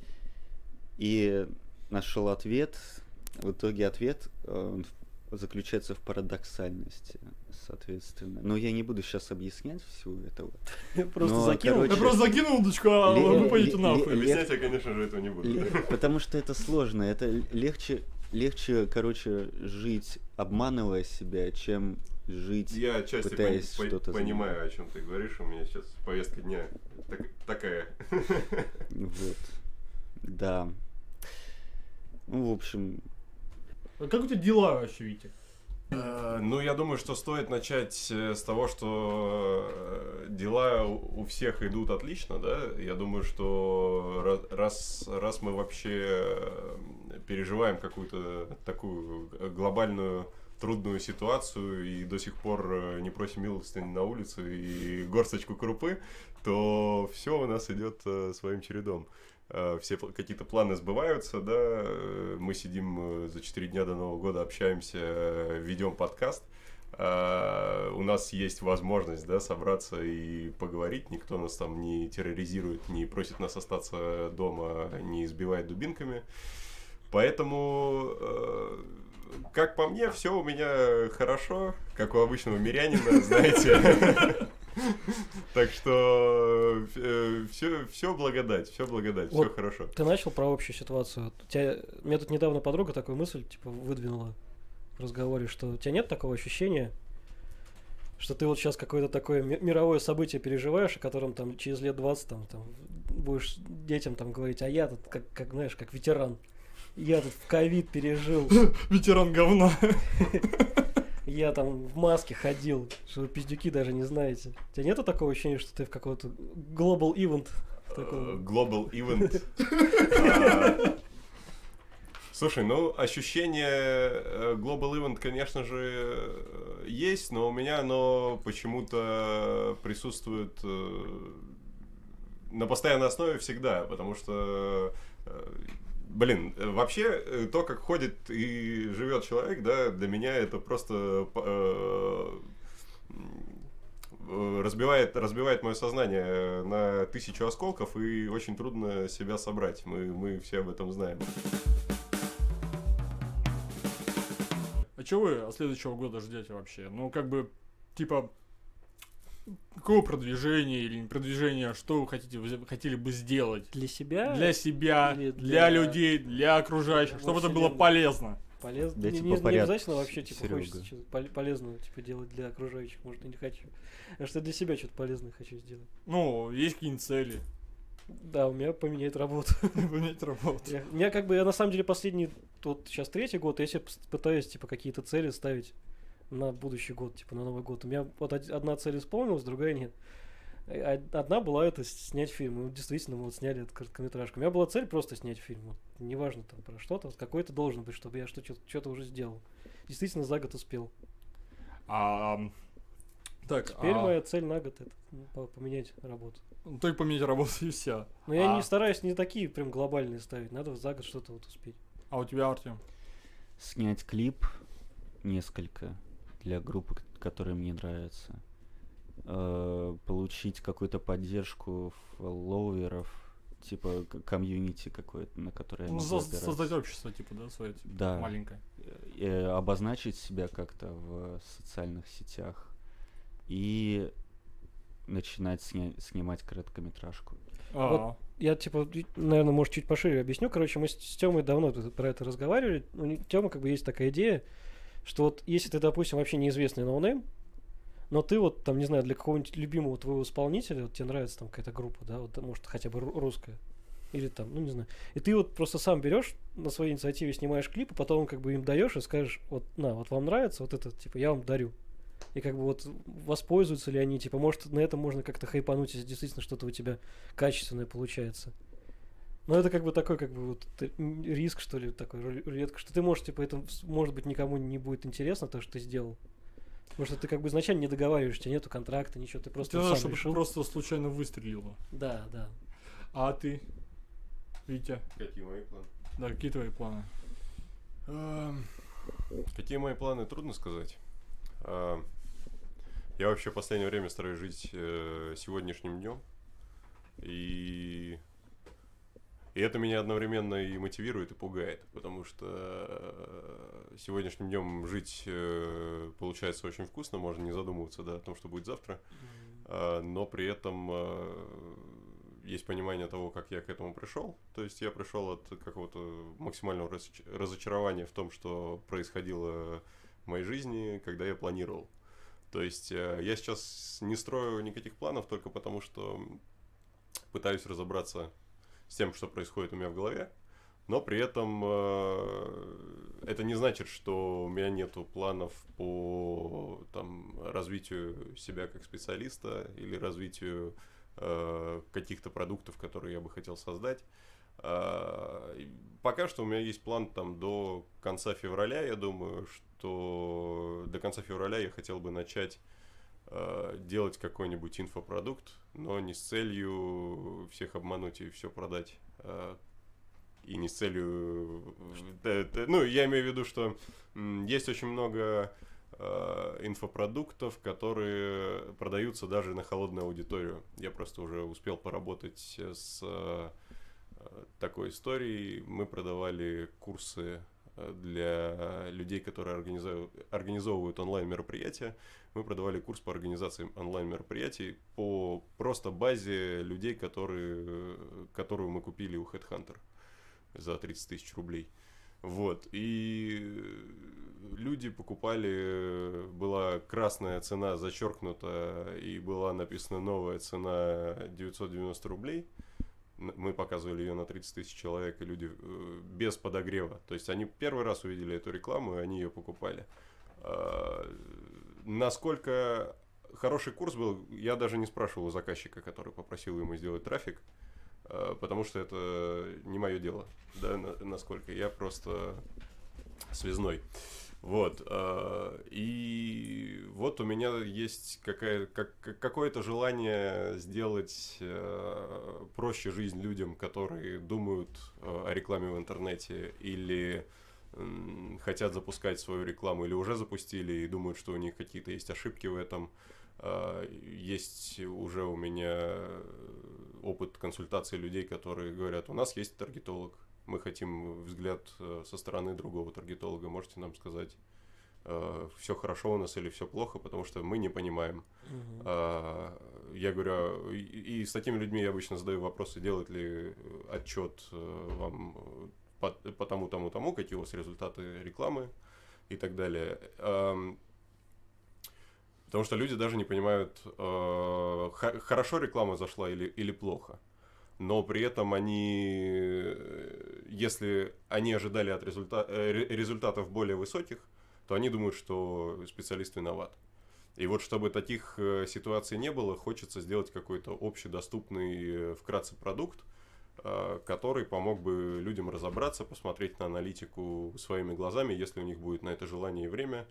и нашел ответ. В итоге ответ э, он в- заключается в парадоксальности, соответственно. Но я не буду сейчас объяснять всего этого.
Просто
Ну,
закинул.
короче,
Я просто закинул удочку, а
Ле-
вы
ле-
пойдете
ле-
нахуй.
ле-
Объяснять я, конечно же, этого не буду.
Ле- Потому что это сложно. Это легче, легче, короче, жить, обманывая себя, чем жить.
Я отчасти
пытаясь
пон- пон-
что-то
понимаю, о чем ты говоришь. У меня сейчас повестка дня так- такая.
Вот. Да. Ну, в общем,
А как у тебя дела вообще, Витя?
Э, Ну, я думаю, что стоит начать э, с того, что э, дела у у всех идут отлично, да. Я думаю, что ра- раз, раз мы вообще э, переживаем какую-то такую г- глобальную трудную ситуацию и до сих пор э, не просим милостыни на улице и горсточку крупы, то все у нас идет э, своим чередом. э, все пл- какие-то планы сбываются, да, э, мы сидим э, за четыре дня до Нового года, общаемся, э, ведем подкаст. Uh, у нас есть возможность, да, собраться и поговорить. Никто нас там не терроризирует, не просит нас остаться дома, не избивает дубинками. Поэтому, uh, как по мне, все у меня хорошо, как у обычного мирянина, знаете. Так что все, все благодать, все благодать, все хорошо.
Ты начал про общую ситуацию. У тебя, мне тут недавно подруга такую мысль типа выдвинула в разговоре, что у тебя нет такого ощущения, что ты вот сейчас какое-то такое ми- мировое событие переживаешь, о котором там через лет двадцать там, там будешь детям там говорить, а я тут как, как знаешь, как ветеран. Я тут в ковид пережил.
Ветеран говна.
Я там в маске ходил, что вы пиздюки даже не знаете. У тебя нету такого ощущения, что ты в какой-то global event?
Global event. Слушай, ну, ощущение Global Event, конечно же, есть, но у меня оно почему-то присутствует на постоянной основе всегда, потому что, блин, вообще то, как ходит и живет человек, да, для меня это просто разбивает, разбивает мое сознание на тысячу осколков, и очень трудно себя собрать, мы, мы все об этом знаем.
А что вы от следующего года ждете вообще? Ну, как бы, типа, какого продвижения или не продвижения, что вы хотите, вы хотели бы сделать?
Для себя?
Для себя,
Или
для...
для
людей, для окружающих, чтобы это было полезно.
Полезно.
Да,
не,
типа,
не, не
порядок,
обязательно вообще типа
Серёга.
хочется что-то пол- полезного типа делать для окружающих, может, и не хочу. А что для себя что-то полезное хочу сделать.
Ну, есть какие-нибудь цели.
Да, у меня поменять работу.
Поменять работу.
Я, у меня как бы, я на самом деле последний, вот сейчас третий год, я себе пс- пытаюсь типа какие-то цели ставить на будущий год, типа на Новый год. У меня вот од- одна цель исполнилась, другая нет. А- Одна была это снять фильм. И вот действительно мы вот сняли эту короткометражку. У меня была цель просто снять фильм. Вот, неважно там про что-то, вот какой-то должен быть, чтобы я что-то, что-то уже сделал. Действительно за год успел.
А, так,
Теперь
а,
моя цель на год это ну, по- поменять работу.
ну, только поменять работу и все.
Но я
А.
не стараюсь не такие прям глобальные ставить. Надо за год что-то вот успеть.
А у тебя, Артем?
Снять клип несколько для группы, к- которые мне нравятся. Э, Получить какую-то поддержку фолловеров, типа к- комьюнити какое-то, на которое я
Ну,
могу
со-
опираться.
создать общество, типа, да, свое, типа,
Да.
маленькое.
Э, обозначить себя как-то в социальных сетях и начинать сня- снимать короткометражку.
А,
Я, типа, наверное, может, чуть пошире объясню. Короче, мы с, с Тёмой давно тут про это разговаривали. У Тёмы как бы есть такая идея, что вот если ты, допустим, вообще неизвестный ноунейм, но ты вот, там, не знаю, для какого-нибудь любимого твоего исполнителя, вот тебе нравится там какая-то группа, да, вот, может, хотя бы ру- русская, или там, ну, не знаю. И ты вот просто сам берешь, на своей инициативе снимаешь клип, и потом как бы им даешь и скажешь, вот, на, вот вам нравится, вот это, типа, я вам дарю. И как бы вот воспользуются ли они, типа, может, на этом можно как-то хайпануть, если действительно что-то у тебя качественное получается. Но это как бы такой, как бы, вот, ты- м, риск, что ли, такой, ру- рулетка, что ты можешь, типа, это, с- может быть, никому не будет интересно, то, что ты сделал. Потому что ты как бы изначально не договариваешься, у тебя нету контракта, ничего, ты просто
тебе
вот
надо,
сам
чтобы
решил.
просто случайно выстрелило.
Да, да.
А ты, Витя?
Какие мои планы?
Да, какие твои планы?
Эм, Какие мои планы, трудно сказать. А, Я вообще в последнее время стараюсь жить э, сегодняшним днем. И... и это меня одновременно и мотивирует, и пугает. Потому что э, сегодняшним днем жить э, получается очень вкусно. Можно не задумываться, да, о том, что будет завтра. А, но при этом э, есть понимание того, как я к этому пришел. То есть я пришел от какого-то максимального разоч- разочарования в том, что происходило в моей жизни, когда я планировал. То есть э, я сейчас не строю никаких планов только потому, что пытаюсь разобраться с тем, что происходит у меня в голове. Но при этом э, это не значит, что у меня нету планов по там, развитию себя как специалиста или развитию э, каких-то продуктов, которые я бы хотел создать. Э, и пока что у меня есть план там до конца февраля. Я думаю, что до конца февраля я хотел бы начать э, делать какой-нибудь инфопродукт, но не с целью всех обмануть и все продать, э, и не с целью... э, э, Ну, я имею в виду, что м, есть очень много э, инфопродуктов, которые продаются даже на холодную аудиторию. Я просто уже успел поработать с э, такой историей. Мы продавали курсы для людей, которые организовывают, организовывают онлайн-мероприятия. Мы продавали курс по организации онлайн-мероприятий по просто базе людей, которые, которую мы купили у HeadHunter за тридцать тысяч рублей. Вот. И люди покупали, была красная цена зачеркнута, и была написана новая цена девятьсот девяносто рублей. Мы показывали ее на тридцать тысяч человек, и люди э, без подогрева. То есть они первый раз увидели эту рекламу, и они ее покупали. Э, насколько хороший курс был, я даже не спрашивал у заказчика, который попросил ему сделать трафик, э, потому что это не мое дело, да, на, насколько. Я просто связной. Вот. Э, и вот у меня есть какая, как, какое-то желание сделать э, проще жизнь людям, которые думают э, о рекламе в интернете или э, хотят запускать свою рекламу, или уже запустили и думают, что у них какие-то есть ошибки в этом. Э, есть уже у меня опыт консультации людей, которые говорят: у нас есть таргетолог. Мы хотим взгляд со стороны другого таргетолога. Можете нам сказать, э, все хорошо у нас или все плохо, потому что мы не понимаем. Uh-huh. А, я говорю, и, и с такими людьми я обычно задаю вопросы: делает ли отчет вам по, по тому, тому, тому, какие у вас результаты рекламы и так далее. А, потому что люди даже не понимают, э, х- хорошо реклама зашла или, или плохо. Но при этом они, если они ожидали от результа- результатов более высоких, то они думают, что специалист виноват. И вот чтобы таких ситуаций не было, хочется сделать какой-то общедоступный вкратце продукт, который помог бы людям разобраться, посмотреть на аналитику своими глазами, если у них будет на это желание и время,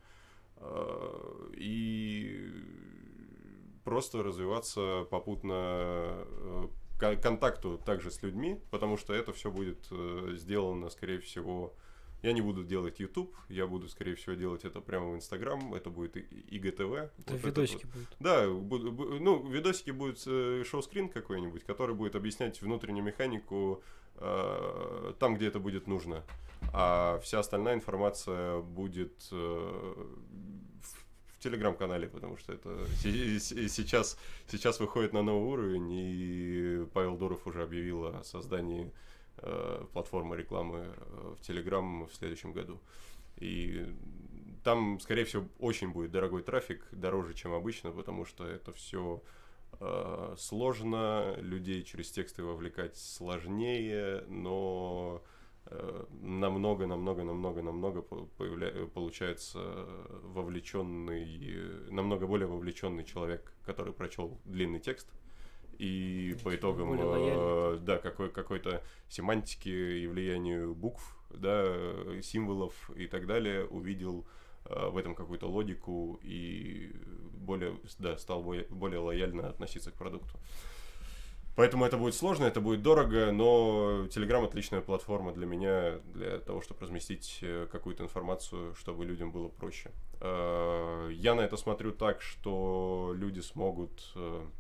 и просто развиваться попутно контакту также с людьми, потому что это все будет э, сделано, скорее всего, я не буду делать YouTube, я буду, скорее всего, делать это прямо в Instagram, это будет и гэ тэ вэ.
Это
вот
видосики
вот.
будут.
Да, бу- бу- ну, видосики будет э, шоу-скрин какой-нибудь, который будет объяснять внутреннюю механику э, там, где это будет нужно. А вся остальная информация будет э, в телеграм-канале, потому что это сейчас, сейчас выходит на новый уровень, и Павел Дуров уже объявил о создании э, платформы рекламы в Телеграм в следующем году. И там, скорее всего, очень будет дорогой трафик, дороже, чем обычно, потому что это все э, сложно, людей через тексты вовлекать сложнее, но намного, намного, намного, намного появля... получается вовлеченный, намного более вовлеченный человек, который прочел длинный текст и по итогам э, да, какой, какой-то семантики и влиянию букв, да, символов и так далее увидел э, в этом какую-то логику и более, да, стал более, более лояльно относиться к продукту. Поэтому это будет сложно, это будет дорого, но Telegram отличная платформа для меня, для того, чтобы разместить какую-то информацию, чтобы людям было проще. Я на это смотрю так, что люди смогут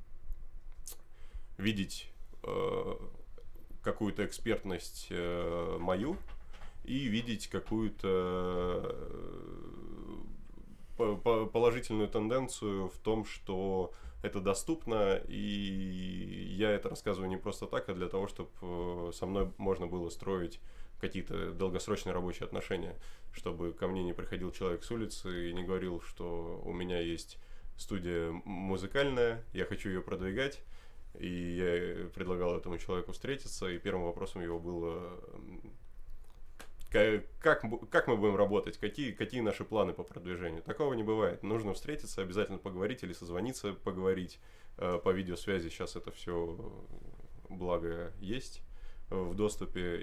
видеть какую-то экспертность мою и видеть какую-то положительную тенденцию в том, что это доступно, и я это рассказываю не просто так, а для того, чтобы со мной можно было строить какие-то долгосрочные рабочие отношения, чтобы ко мне не приходил человек с улицы и не говорил, что у меня есть студия музыкальная, я хочу ее продвигать, и я предлагал этому человеку встретиться, и первым вопросом его было: Как, как мы будем работать, какие, какие наши планы по продвижению. Такого не бывает. Нужно встретиться, обязательно поговорить или созвониться, поговорить э, по видеосвязи. Сейчас это все, благо, есть в доступе.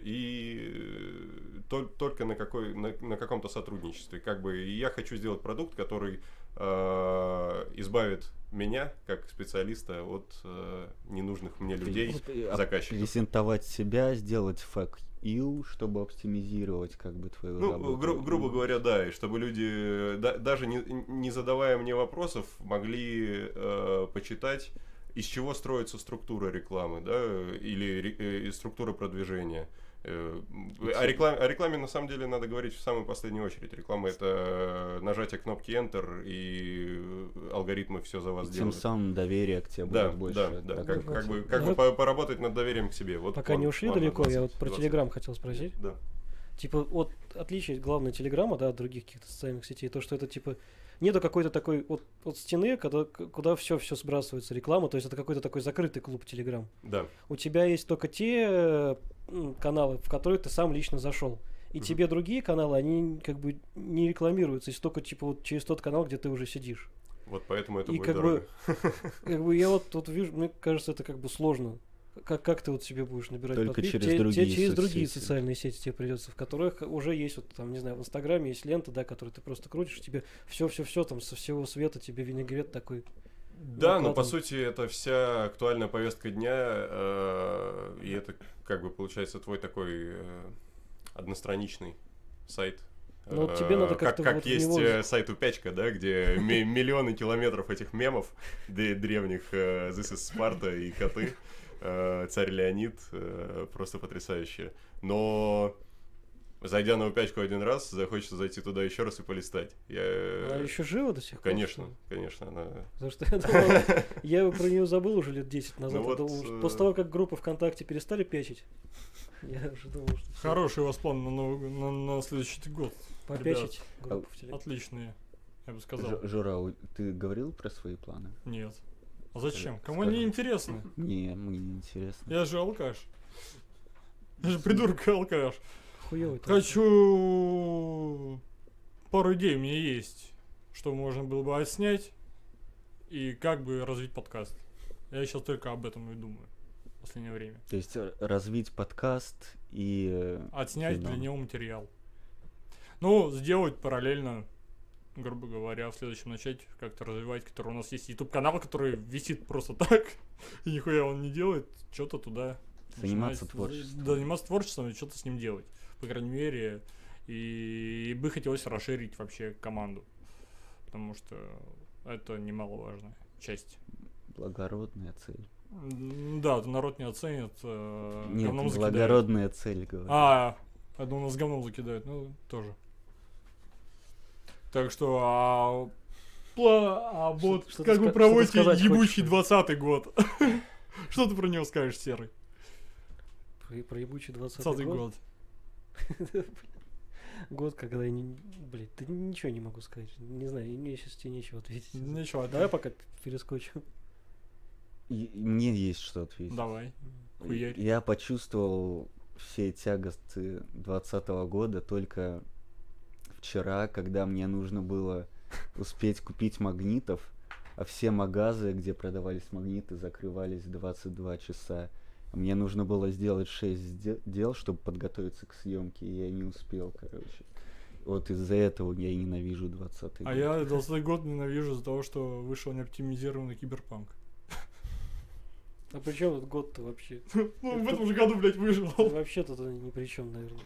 И то, только на, какой, на, на каком-то сотрудничестве. Как бы я хочу сделать продукт, который э, избавит меня, как специалиста, от э, ненужных мне людей,
Ты,
заказчиков.
Презентовать себя, сделать фак ю, чтобы оптимизировать как бы твою
Ну,
работу.
гру- грубо говоря, да, и чтобы люди, да, даже не, не задавая мне вопросов, могли э, почитать, из чего строится структура рекламы, да, или ре- э, структура продвижения. Э, О рекламе, о рекламе на самом деле надо говорить в самую последнюю очередь. Реклама — это нажатие кнопки Enter, и алгоритмы все за вас
Тем
делают.
самым доверие к тебе
Да,
будет больше.
да, да,
Так
как,
вот.
как бы, как
Ну,
бы по- поработать над доверием к себе. Вот
Пока
он-
не ушли
ладно,
далеко, я вот
двадцать,
про
двадцать.
Телеграм хотел спросить.
Да.
Типа, вот отличие главное Телеграма, да, от других каких-то социальных сетей, то, что это, типа, нету какой-то такой вот, вот стены, когда, куда все все сбрасывается реклама, то есть это какой-то такой закрытый клуб Телеграм.
Да.
У тебя есть только те э, м, каналы, в которые ты сам лично зашел. И
Мгм.
тебе другие каналы, они как бы не рекламируются, если только типа вот через тот канал, где ты уже сидишь.
Вот поэтому это
И
будет
как
дорого.
бы, как бы я вот тут вижу, мне кажется, это как бы сложно. Как, как ты вот себе будешь набирать
Только
подписчиков?
через
Те-
другие
те- через другие
соцсети.
социальные сети тебе придется, в которых уже есть вот там, не знаю, в Инстаграме есть лента, да, которую ты просто крутишь, тебе все-все-все там со всего света тебе винегрет такой.
Да, но по
накладывают.
сути это вся актуальная повестка дня, э, и это как бы получается твой такой э, одностраничный сайт.
Ну, вот тебе надо
Э, как,
как-то
как
вот в
есть
него-
э, сайт Упячка, да, где ми- миллионы километров этих мемов д- древних, э, This is Sparta и коты, э, царь Леонид, э, просто потрясающе. Но зайдя на Упячку один раз, захочется зайти туда еще раз и полистать. Я...
Она еще жива до сих пор?
Конечно,
что ли?
конечно, она...
Потому что я думал, я про нее забыл уже лет десять назад.
Ну
Я
вот,
думал, что
э,
после того, как группы ВКонтакте перестали печить, я уже думал, что всё,
Хороший у вас план на, новый, на, на следующий год.
попечить группу в Телеграме.
Отличные, я бы сказал.
Ж- Жора, у- ты говорил про свои планы?
Нет. А зачем?
Скажи.
Кому они интересны?
Не, мне не интересно.
Я же алкаш. Я же придурок и алкаш.
Хуёвый ты.
Хочу... Пару идей у меня есть, что можно было бы отснять и как бы развить подкаст. Я сейчас только об этом и думаю в последнее время.
То есть э, развить подкаст и... э,
Отснять
кино.
для него материал. Ну, сделать параллельно, грубо говоря, в следующем начать как-то развивать, который у нас есть YouTube-канал, который висит просто так, и нихуя он не делает, что-то туда
Заниматься
начинать-
творчеством.
Да, заниматься творчеством и что-то с ним делать, по крайней мере. И, и бы хотелось расширить вообще команду, потому что это немаловажная часть.
Благородная цель.
М, Да, народ не оценит, э,
Нет,
говном закидает.
благородная цель, говорю.
А, я думал, нас говном закидают. Ну, тоже. Так что, а, пла- а
Что-
вот
что ты
как вы
ска-
проводите
что ты сказать
ебучий
хочешь?
двадцатый год? Что ты про него скажешь, Серый?
Про, про ебучий двадцатый
двадцатый
год.
год.
Год, когда я не... Блядь, да ничего не могу сказать. Не знаю, и мне сейчас тебе нечего ответить.
Ничего,
Давай пока перескочу.
И- мне есть что ответить.
Давай, хуярь.
Я почувствовал все тягости двадцатого года только вчера, когда мне нужно было успеть купить магнитов, а все магазы, где продавались магниты, закрывались в двадцать два часа. Мне нужно было сделать шесть де- дел, чтобы подготовиться к съемке, и я не успел, короче. Вот из-за этого я и ненавижу двадцатый
А
год.
я двадцатый год ненавижу из-за того, что вышел неоптимизированный киберпанк.
А при чем этот год-то вообще?
Ну, в этом же году, блядь, вышел.
Вообще-то ни при чем, наверное.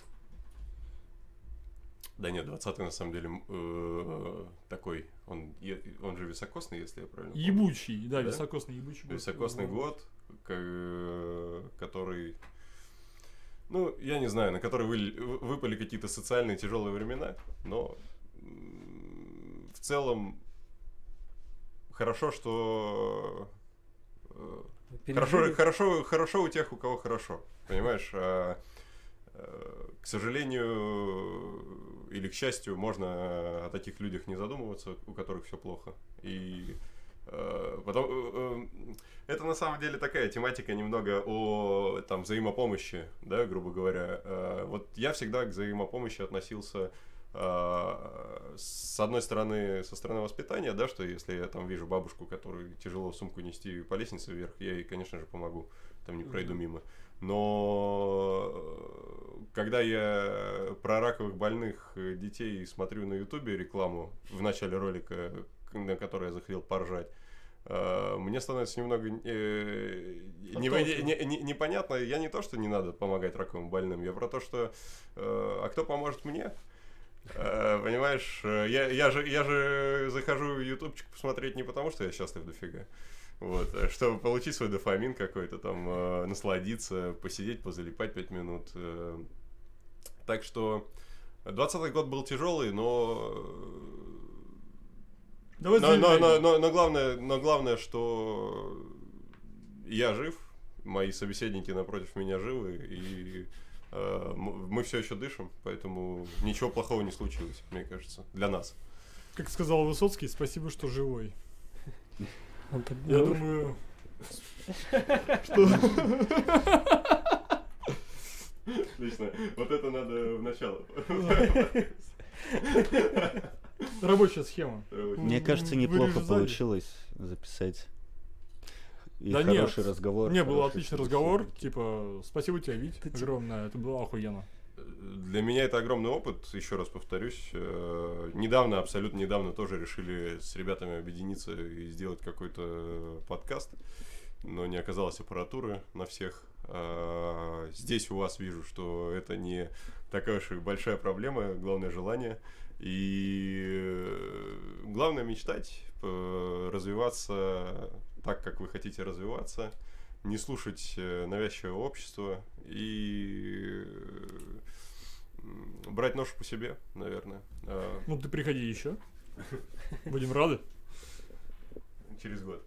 Да нет, двадцатый на самом деле м, э, такой, он, е- он же високосный, если я правильно помню.
Ебучий, да,
Да?
високосный ебучий год.
Високосный год, к- э, который, ну, я не знаю, на который вы- выпали какие-то социальные тяжелые времена, но м, в целом хорошо, хорошо, что э, Хорошо,
Пережили?
хорошо, хорошо у тех, у кого хорошо, понимаешь? А, э, к сожалению или к счастью, можно о таких людях не задумываться, у которых все плохо. И э, потом э, э, это на самом деле такая тематика немного о там взаимопомощи, да, грубо говоря. Э, вот я всегда к взаимопомощи относился А, с одной стороны, со стороны воспитания, да, что если я там вижу бабушку, которой тяжело сумку нести по лестнице вверх, я ей, конечно же, помогу, там не пройду мимо. Но когда я про раковых больных детей смотрю на ютубе рекламу в начале ролика, на который я захотел поржать, мне становится немного э, не, не, не, непонятно. Я не то, что не надо помогать раковым больным, я про то, что э, а кто поможет мне? Э, понимаешь, я, я, же, я же захожу в ютубчик посмотреть не потому, что я счастлив дофига, вот, чтобы получить свой дофамин какой-то там, э, насладиться, посидеть, позалипать пять минут. Э, так что двадцатый год был тяжелый, но... Но, но, но, но, но, главное, но главное, что я жив, мои собеседники напротив меня живы, и э, мы все еще дышим, поэтому ничего плохого не случилось, мне кажется, для нас.
Как сказал Высоцкий, спасибо, что живой. Я думаю, что...
Отлично, вот это надо в начало.
Рабочая схема.
Мне кажется, неплохо получилось записать. И
да
хороший
нет,
разговор.
Не, был отличный разговор. Типа, спасибо тебе, Вить, огромное. Это было охуенно.
Для меня это огромный опыт, еще раз повторюсь. Недавно, абсолютно недавно тоже решили с ребятами объединиться и сделать какой-то подкаст. Но не оказалось аппаратуры на всех. Здесь у вас вижу, что это не такая уж и большая проблема, главное желание. И главное мечтать, развиваться так, как вы хотите развиваться, не слушать навязчивое общество и брать ношу по себе, наверное.
Ну ты приходи еще. Будем рады.
Через год.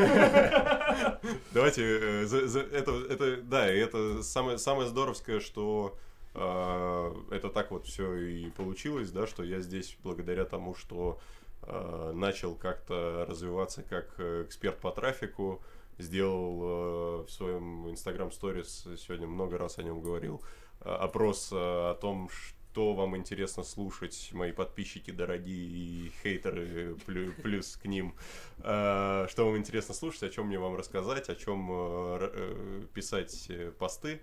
Давайте, это, это, да, это самое, самое здоровское, что это так вот все и получилось, да, что я здесь благодаря тому, что э, начал как-то развиваться как эксперт по трафику, сделал э, в своем Instagram Stories, сегодня много раз о нем говорил, э, опрос э, о том, что вам интересно слушать, мои подписчики дорогие и хейтеры плюс, плюс к ним, э, что вам интересно слушать, о чем мне вам рассказать, о чем э, э, писать посты.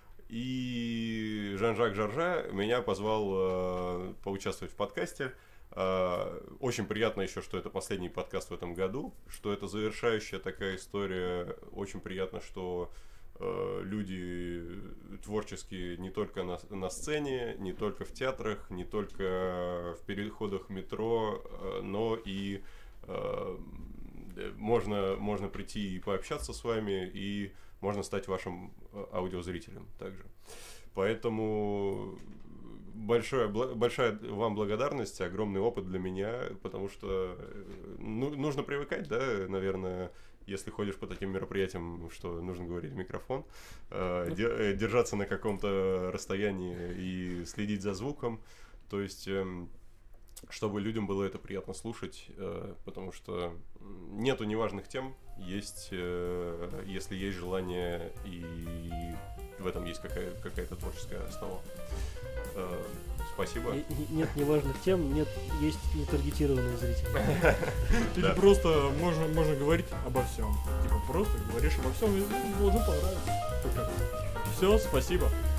И Жан-Жак Жоржа меня позвал э, поучаствовать в подкасте. Э, очень приятно еще, что это последний подкаст в этом году, что это завершающая такая история. Очень приятно, что э, люди творческие не только на, на сцене, не только в театрах, не только в переходах метро, э, но и э, можно, можно прийти и пообщаться с вами, и можно стать вашим аудиозрителем также. Поэтому большое, большая вам благодарность, огромный опыт для меня, потому что ну, нужно привыкать, да, наверное, если ходишь по таким мероприятиям, что нужно говорить в микрофон, э, держаться на каком-то расстоянии и следить за звуком, то есть... Э, чтобы людям было это приятно слушать, э, потому что нету неважных тем, есть, э, если есть желание и в этом есть какая- какая-то творческая основа. Э, спасибо.
Нет неважных тем, нет, есть нетаргетированные зрители.
Или просто можно, можно говорить обо всем. Типа просто говоришь обо всем, и должен понравиться. Все, спасибо.